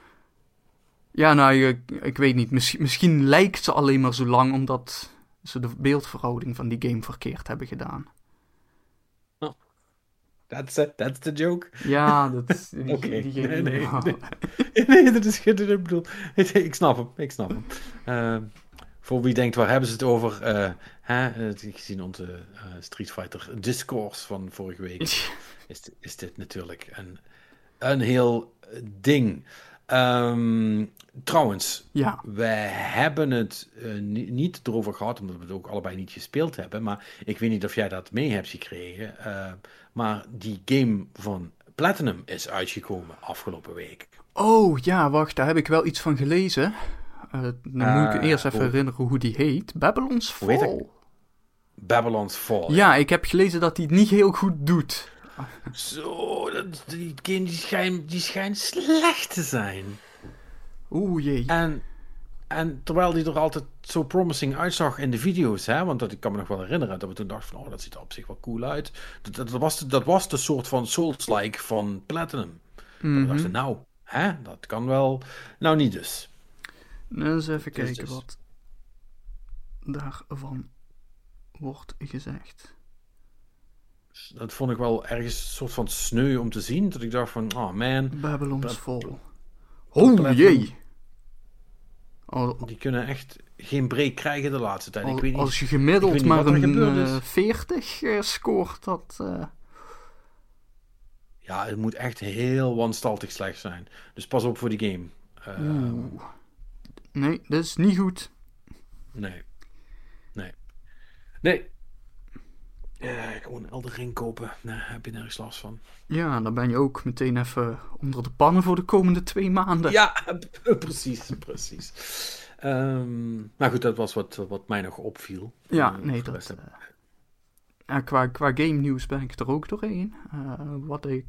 Ja, nou, ik, ik weet niet. Misschien, misschien lijkt ze alleen maar zo lang omdat ze de beeldverhouding van die game verkeerd hebben gedaan. Oh. That's, a, that's the joke? Ja, dat... die- Oké. die game- Nee, nee, oh. nee. Nee, dat is geen... Ik bedoel... Ik snap hem. Ik snap hem. Uh, voor wie denkt, waar hebben ze het over? Uh, hè? Uh, gezien onze uh, Street Fighter discourse van vorige week... is, is dit natuurlijk een, een heel ding. Um, trouwens, Ja. wij hebben het uh, ni- niet erover gehad, omdat we het ook allebei niet gespeeld hebben. Maar ik weet niet of jij dat mee hebt gekregen. Uh, maar die game van Platinum is uitgekomen afgelopen week. Oh, ja, wacht. Daar heb ik wel iets van gelezen. Uh, dan moet ik Uh, eerst even hoe- herinneren hoe die heet. Babylon's Hoe heet Fall. Babylon's Fall. Ja, ik heb gelezen dat hij het niet heel goed doet. Zo, dat, die game die schijnt, die schijnt slecht te zijn. Oeh, jee. En, en terwijl die er altijd zo promising uitzag in de video's, hè, want dat, ik kan me nog wel herinneren dat we toen dachten van, oh, dat ziet er op zich wel cool uit. Dat, dat, dat, was, de, dat was de soort van Souls-like van Platinum. Mhm. We dachten, nou, hè, dat kan wel. Nou, niet dus. Nou, eens even Dus, kijken dus. wat daarvan wordt gezegd. Dat vond ik wel ergens een soort van sneu om te zien. Dat ik dacht van, oh man, Babylon's Pla- Fall. Oh, Platinum. jee. Al, die kunnen echt geen break krijgen de laatste tijd. Ik al- weet niet. als je ik weet gemiddeld niet maar wat er een gebeurd eh, is. veertig eh, scoort, dat... eh, Ja, het moet echt heel wanstaltig slecht zijn. Dus pas op voor die game. Uh, Oeh. Nee, dat is niet goed. Nee. Nee. Nee. Uh, gewoon Elden Ring kopen. Nee, heb je nergens last van. Ja, dan ben je ook meteen even onder de pannen voor de komende twee maanden. Ja, precies. Precies. Um, maar goed, dat was wat, wat mij nog opviel. Ja, Uh, nee, voor de dat... rest heb- eh, ja, qua, qua game nieuws ben ik er ook doorheen. Uh, wat ik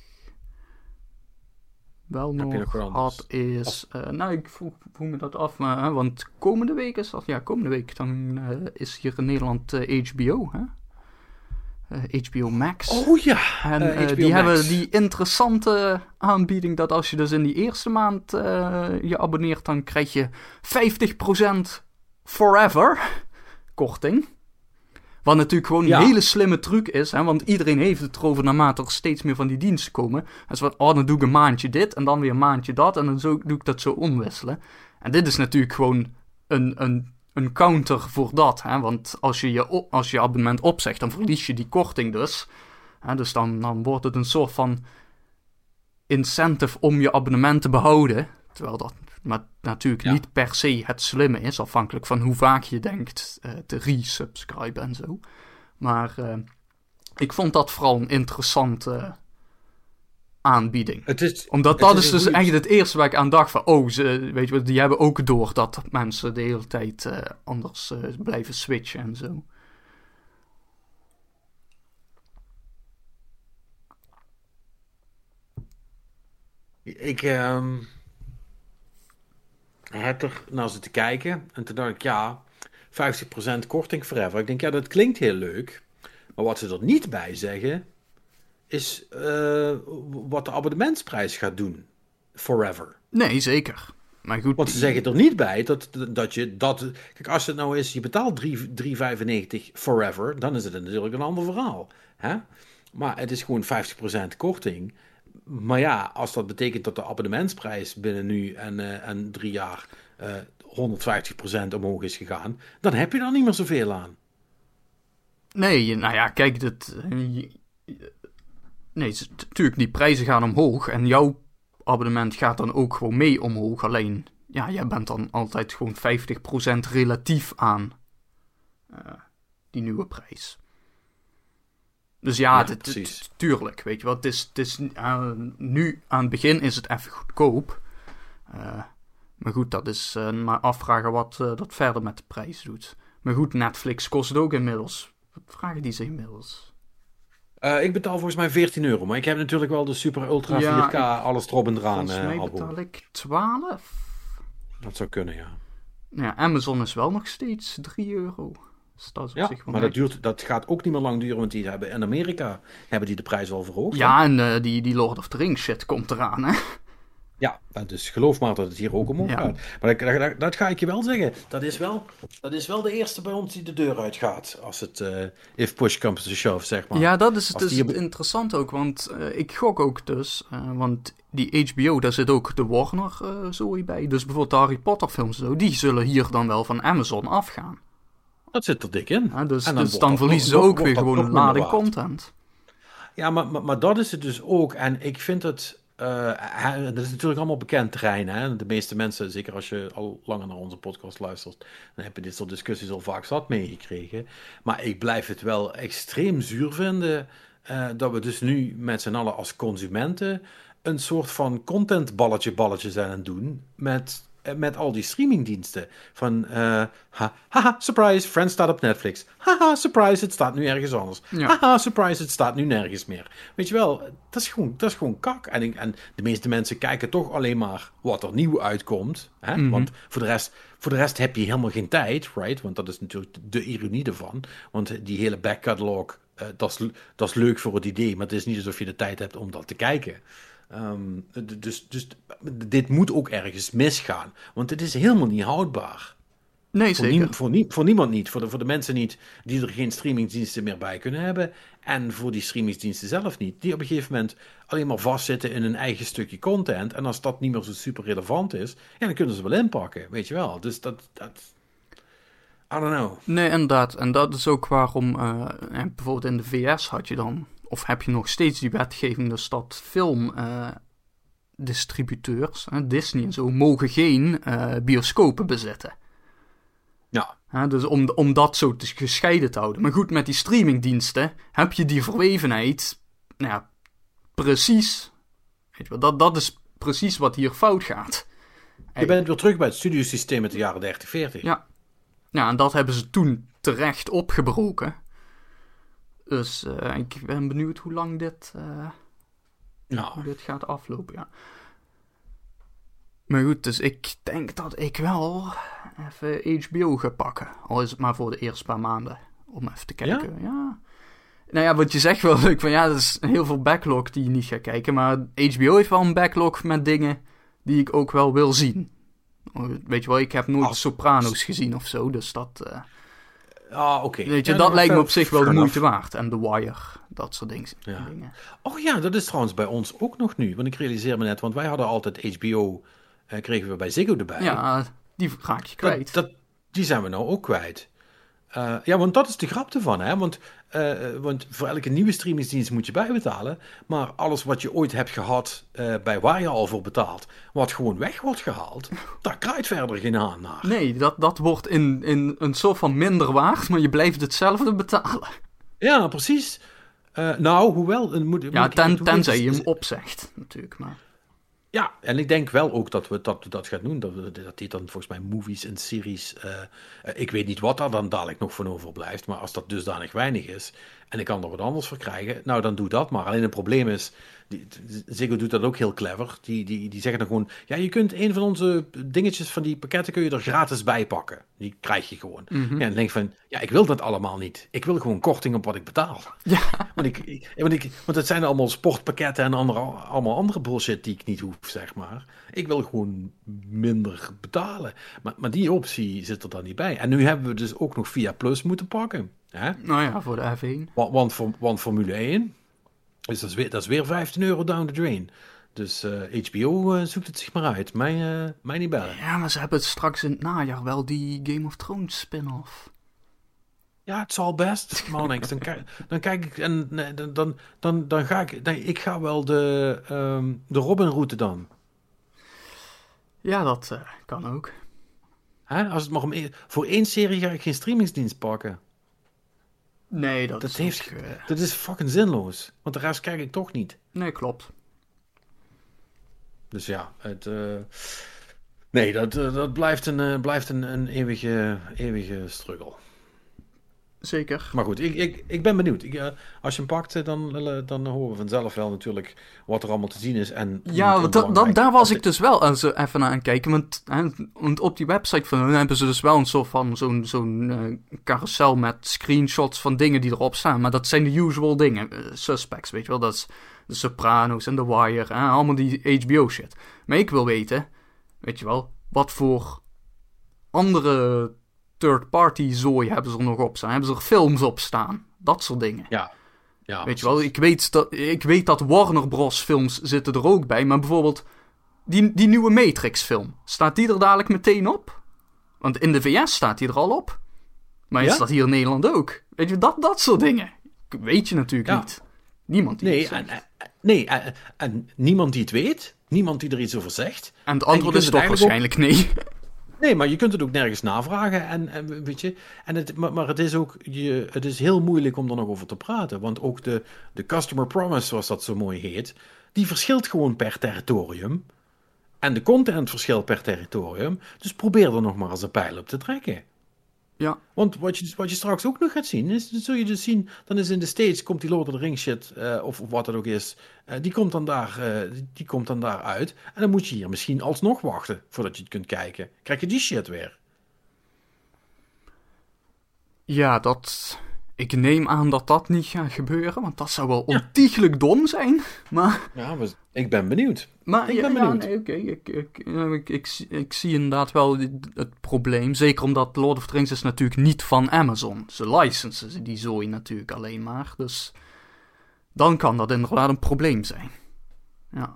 wel Heb je nog nog wat anders? had is... Uh, nou, ik vroeg, vroeg me dat af, maar, hè, want komende week is dat... Ja, komende week dan uh, is hier in Nederland uh, H B O, hè? Uh, H B O Max. Oh ja! En uh, uh, H B O die Max. hebben die interessante aanbieding dat als je dus in die eerste maand uh, je abonneert, dan krijg je vijftig procent forever korting. Wat natuurlijk gewoon Ja. een hele slimme truc is, hè, want iedereen heeft het erover naarmate er steeds meer van die diensten komen. En zo van, oh, dan doe ik een maandje dit en dan weer een maandje dat en dan zo, doe ik dat zo omwisselen. En dit is natuurlijk gewoon een, een, een counter voor dat, hè, want als je je, op, als je abonnement opzegt, dan verlies je die korting dus. Hè, dus dan, dan wordt het een soort van incentive om je abonnement te behouden, terwijl dat maar natuurlijk Ja. niet per se het slimme is, afhankelijk van hoe vaak je denkt uh, te resubscriben en zo. Maar uh, ik vond dat vooral een interessante aanbieding. Het is, Omdat het dat is is een dus goeie- echt het eerste waar ik aan dacht van, oh, ze, weet je wat, die hebben ook door dat mensen de hele tijd uh, anders uh, blijven switchen en zo. Ik um, heb er naar zitten kijken en toen dacht ik, ja, vijftig procent korting forever. Ik denk, ja, dat klinkt heel leuk. Maar wat ze er niet bij zeggen, is uh, wat de abonnementsprijs gaat doen. Forever. Nee, zeker. Maar goed. Want ze zeggen er niet bij dat, dat je dat... Kijk, als het nou is, je betaalt drie vijfennegentig forever, dan is het natuurlijk een ander verhaal. Hè? Maar het is gewoon vijftig procent korting. Maar ja, als dat betekent dat de abonnementsprijs binnen nu en, uh, en drie jaar uh, honderdvijftig procent omhoog is gegaan, dan heb je er niet meer zoveel aan. Nee, nou ja, kijk, dat... Nee, natuurlijk, die prijzen gaan omhoog en jouw abonnement gaat dan ook gewoon mee omhoog. Alleen, ja, jij bent dan altijd gewoon vijftig procent relatief aan uh, die nieuwe prijs. Dus ja, Ja, het, het, precies. het, tuurlijk, weet je wat, het is, het is uh, nu aan het begin is het even goedkoop. Uh, Maar goed, dat is uh, maar afvragen wat uh, dat verder met de prijs doet. Maar goed, Netflix kost het ook inmiddels. Wat vragen die ze inmiddels? Uh, ik betaal volgens mij veertien euro. Maar ik heb natuurlijk wel de super ultra ja, vier K, ik, alles erop en eraan. Volgens mij uh, betaal ik twaalf. Dat zou kunnen, ja. Ja, Amazon is wel nog steeds drie euro. Dus dat is op ja, zich wel maar dat, duurt, dat gaat ook niet meer lang duren, want die hebben in Amerika hebben die de prijs al verhoogd. Ja, hè? en uh, die, die Lord of the Rings shit komt eraan, hè. Ja, dus geloof maar dat het hier ook omhoog ja. gaat. Maar dat, dat, dat ga ik je wel zeggen. Dat is wel, dat is wel de eerste bij ons die de deur uitgaat. Als het uh, if push comes to shove, zeg maar. Ja, dat is dus die... interessant ook. Want uh, ik gok ook dus. Uh, want die H B O, daar zit ook de Warner uh, zooi bij. Dus bijvoorbeeld de Harry Potter films, zo, die zullen hier dan wel van Amazon afgaan. Dat zit er dik in. Ja, dus en dan, dus dan verliezen ze ook weer gewoon een lading content. Ja, maar, maar, maar dat is het dus ook. En ik vind het... Uh, dat is natuurlijk allemaal bekend terrein. Hè? De meeste mensen, zeker als je al langer naar onze podcast luistert, dan heb je dit soort discussies al vaak zat meegekregen. Maar ik blijf het wel extreem zuur vinden uh, dat we dus nu met z'n allen als consumenten een soort van contentballetje balletje zijn aan het doen met... met al die streamingdiensten. Van, uh, ha, haha, surprise, Friends staat op Netflix. Haha, surprise, het staat nu ergens anders. Ja. Haha, surprise, het staat nu nergens meer. Weet je wel, dat is gewoon, dat is gewoon kak. En, en de meeste mensen kijken toch alleen maar wat er nieuw uitkomt. Hè? Mm-hmm. Want voor de, rest, voor de rest heb je helemaal geen tijd, right? Want dat is natuurlijk de ironie ervan. Want die hele backcatalog, uh, dat is, dat is leuk voor het idee, maar het is niet alsof je de tijd hebt om dat te kijken. Um, dus, dus dit moet ook ergens misgaan. Want het is helemaal niet houdbaar. Nee, voor zeker. Nie, voor, nie, voor niemand niet. Voor de, voor de mensen niet die er geen streamingsdiensten meer bij kunnen hebben. En voor die streamingsdiensten zelf niet. Die op een gegeven moment alleen maar vastzitten in hun eigen stukje content. En als dat niet meer zo super relevant is, ja, dan kunnen ze wel inpakken. Weet je wel. Dus dat... dat I don't know. Nee, inderdaad. En dat is ook waarom... Uh, bijvoorbeeld in de V S had je dan... Of heb je nog steeds die wetgeving, dus dat filmdistributeurs, uh, Disney en zo, mogen geen uh, bioscopen bezitten. Ja. Uh, dus om, om dat zo te gescheiden te houden. Maar goed, met die streamingdiensten heb je die verwevenheid, nou ja, precies. Weet je wel, dat, dat is precies wat hier fout gaat. Je bent weer terug bij het studiosysteem uit de jaren dertig, veertig. Ja. Ja, en dat hebben ze toen terecht opgebroken. Dus uh, ik ben benieuwd hoe lang dit, uh, nou. hoe dit gaat aflopen, ja. Maar goed, dus ik denk dat ik wel even H B O ga pakken. Al is het maar voor de eerste paar maanden. Om even te kijken, ja. ja. Nou ja, wat je zegt wel leuk, van ja, er is heel veel backlog die je niet gaat kijken. Maar H B O heeft wel een backlog met dingen die ik ook wel wil zien. Weet je wel, ik heb nooit Als... Sopranos gezien of zo, dus dat... Uh, Ah, oké. Okay. Weet je, ja, dat lijkt me op zich wel de moeite waard. En The Wire, dat soort dingen. Ja. Oh ja, dat is trouwens bij ons ook nog nu. Want ik realiseer me net, want wij hadden altijd H B O, eh, kregen we bij Ziggo erbij. Ja, die raak je kwijt. Dat, dat, die zijn we nou ook kwijt. Uh, ja, want dat is de grap ervan, hè. Want, uh, want voor elke nieuwe streamingsdienst moet je bijbetalen. Maar alles wat je ooit hebt gehad, uh, bij waar je al voor betaalt, wat gewoon weg wordt gehaald, daar kraait verder geen haan naar. Nee, dat, dat wordt in, in een soort van minder waard, maar je blijft hetzelfde betalen. Ja, precies. Uh, nou, hoewel... Moet, ja, moet ten, ik, tenzij je hem opzegt, natuurlijk, maar... Ja, en ik denk wel ook dat we dat, dat gaan doen. Dat, we, dat die dan volgens mij movies en series... Uh, uh, ik weet niet wat daar dan dadelijk nog van overblijft. Maar als dat dusdanig weinig is... en ik kan er wat anders voor krijgen... nou, dan doe dat maar. Alleen het probleem is... Die, Ziggo doet dat ook heel clever. Die, die, die zeggen dan gewoon... ja, je kunt een van onze dingetjes van die pakketten... kun je er gratis bij pakken. Die krijg je gewoon. Mm-hmm. Ja, en dan denk ik van... ja, ik wil dat allemaal niet. Ik wil gewoon korting op wat ik betaal. Ja. Want, ik, ik, want, ik, want het zijn allemaal sportpakketten... en andere, allemaal andere bullshit die ik niet hoef, zeg maar. Ik wil gewoon minder betalen. Maar, maar die optie zit er dan niet bij. En nu hebben we dus ook nog Via Plus moeten pakken. Hè? Nou ja, voor de F één. Want, want, want Formule één... Dus dat is, weer, dat is weer vijftien euro down the drain. Dus uh, H B O uh, zoekt het zich maar uit. Mij, uh, mij niet bellen. Ja, maar ze hebben het straks in het najaar wel die Game of Thrones spin-off. Ja, het zal best. Maar niks. Dan, dan kijk ik en dan, dan, dan, dan ga ik... Dan, ik ga wel de, um, de Robin-route dan. Ja, dat uh, kan ook. Hè? Als het mag om, voor één serie ga ik geen streamingsdienst pakken. Nee, dat, dat is heeft, ook, uh... dat is fucking zinloos. Want de rest kijk ik toch niet. Nee, klopt. Dus ja, het... Uh... Nee, dat, uh, dat blijft een, uh, blijft een, een eeuwige, eeuwige struggle. Zeker. Maar goed, ik, ik, ik ben benieuwd. Ik, uh, als je hem pakt, dan, dan horen we vanzelf wel natuurlijk wat er allemaal te zien is. En ja, dat, dat, daar was ik dus wel eens even aan kijken. Want, hè, want op die website van hun hebben ze dus wel een soort van zo'n, zo'n uh, carousel met screenshots van dingen die erop staan. Maar dat zijn de usual dingen. Uh, suspects, weet je wel. Dat is de Sopranos en The Wire. Hè, allemaal die H B O shit. Maar ik wil weten, weet je wel, wat voor andere third-party zooi hebben ze er nog op staan? Hebben ze er films op staan? Dat soort dingen. Ja. Ja, weet precies. je wel, ik weet, dat, ik weet dat Warner Bros. Films zitten er ook bij. Maar bijvoorbeeld, die, die nieuwe Matrix film. Staat die er dadelijk meteen op? Want in de V S staat die er al op. Maar ja? is dat hier in Nederland ook? Weet je, dat, dat soort dingen. Weet je natuurlijk ja. niet. Niemand die nee, het zegt. En, nee, en, en niemand die het weet. Niemand die er iets over zegt. En het antwoord is toch waarschijnlijk ook... nee. Nee, maar je kunt het ook nergens navragen. En, en weet je, en het, maar, maar het is ook je, het is heel moeilijk om er nog over te praten. Want ook de, de customer promise, zoals dat zo mooi heet, die verschilt gewoon per territorium. En de content verschilt per territorium. Dus probeer er nog maar eens een pijl op te trekken. Ja. Want wat je, wat je straks ook nog gaat zien, is, zul je dus zien, dan is in de States, komt die Lord of the Rings shit, uh, of, of wat het ook is, uh, die, komt dan daar, uh, die, die komt dan daar uit. En dan moet je hier misschien alsnog wachten, voordat je het kunt kijken. Krijg je die shit weer. Ja, dat... Ik neem aan dat dat niet gaat gebeuren, want dat zou wel ja. ontiegelijk dom zijn, maar... Ja, maar ik ben benieuwd. Maar ik ja, ben benieuwd. Ja, nee, oké, okay. ik, ik, ik, ik, ik zie inderdaad wel het probleem. Zeker omdat Lord of the Rings is natuurlijk niet van Amazon. Ze licensen die zooi natuurlijk alleen maar, dus... Dan kan dat inderdaad een probleem zijn. Ja.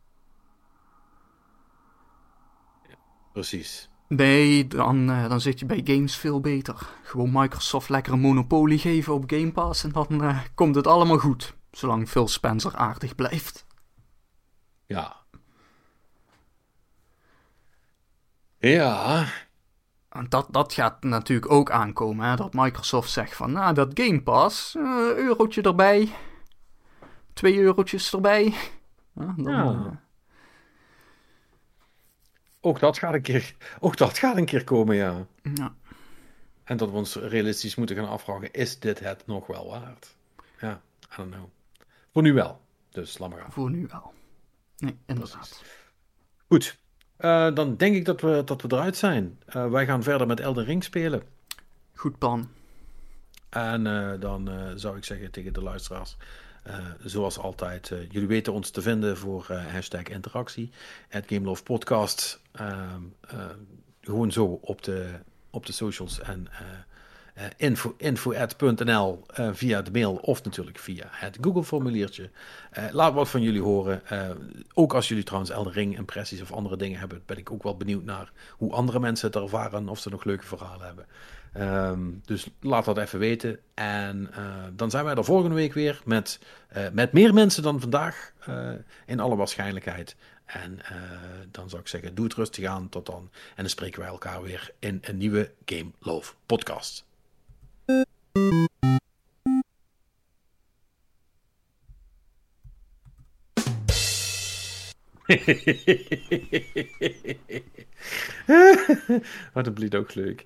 ja precies. Nee, dan, uh, dan zit je bij games veel beter. Gewoon Microsoft lekker een monopolie geven op Game Pass en dan uh, komt het allemaal goed. Zolang Phil Spencer aardig blijft. Ja. Ja. En dat, dat gaat natuurlijk ook aankomen, hè? Dat Microsoft zegt van, nou, dat Game Pass, uh, eurotje erbij, twee eurotjes erbij. Ja, dan, ja. Uh... Ook dat gaat een keer, ook dat gaat een keer komen, ja. Ja. En dat we ons realistisch moeten gaan afvragen, is dit het nog wel waard? Ja, I don't know. Voor nu wel, dus laat maar gaan. Voor nu wel. Nee, inderdaad. Precies. Goed, uh, dan denk ik dat we, dat we eruit zijn. Uh, wij gaan verder met Elden Ring spelen. Goed plan. En uh, dan uh, zou ik zeggen tegen de luisteraars... Uh, zoals altijd, uh, jullie weten ons te vinden voor uh, hashtag interactie, at Gameloft Podcast. Uh, uh, gewoon zo op de, op de socials en uh, uh, info, info at punt n l uh, via de mail of natuurlijk via het Google formuliertje. Uh, laat wat van jullie horen. Uh, ook als jullie trouwens Elden Ring impressies of andere dingen hebben, ben ik ook wel benieuwd naar hoe andere mensen het ervaren of ze nog leuke verhalen hebben. Um, dus laat dat even weten. En uh, dan zijn wij er volgende week weer met, uh, met meer mensen dan vandaag, uh, in alle waarschijnlijkheid. En uh, dan zou ik zeggen, doe het rustig aan, tot dan. En dan spreken wij elkaar weer in een nieuwe Game Love podcast. Wat een blied ook leuk.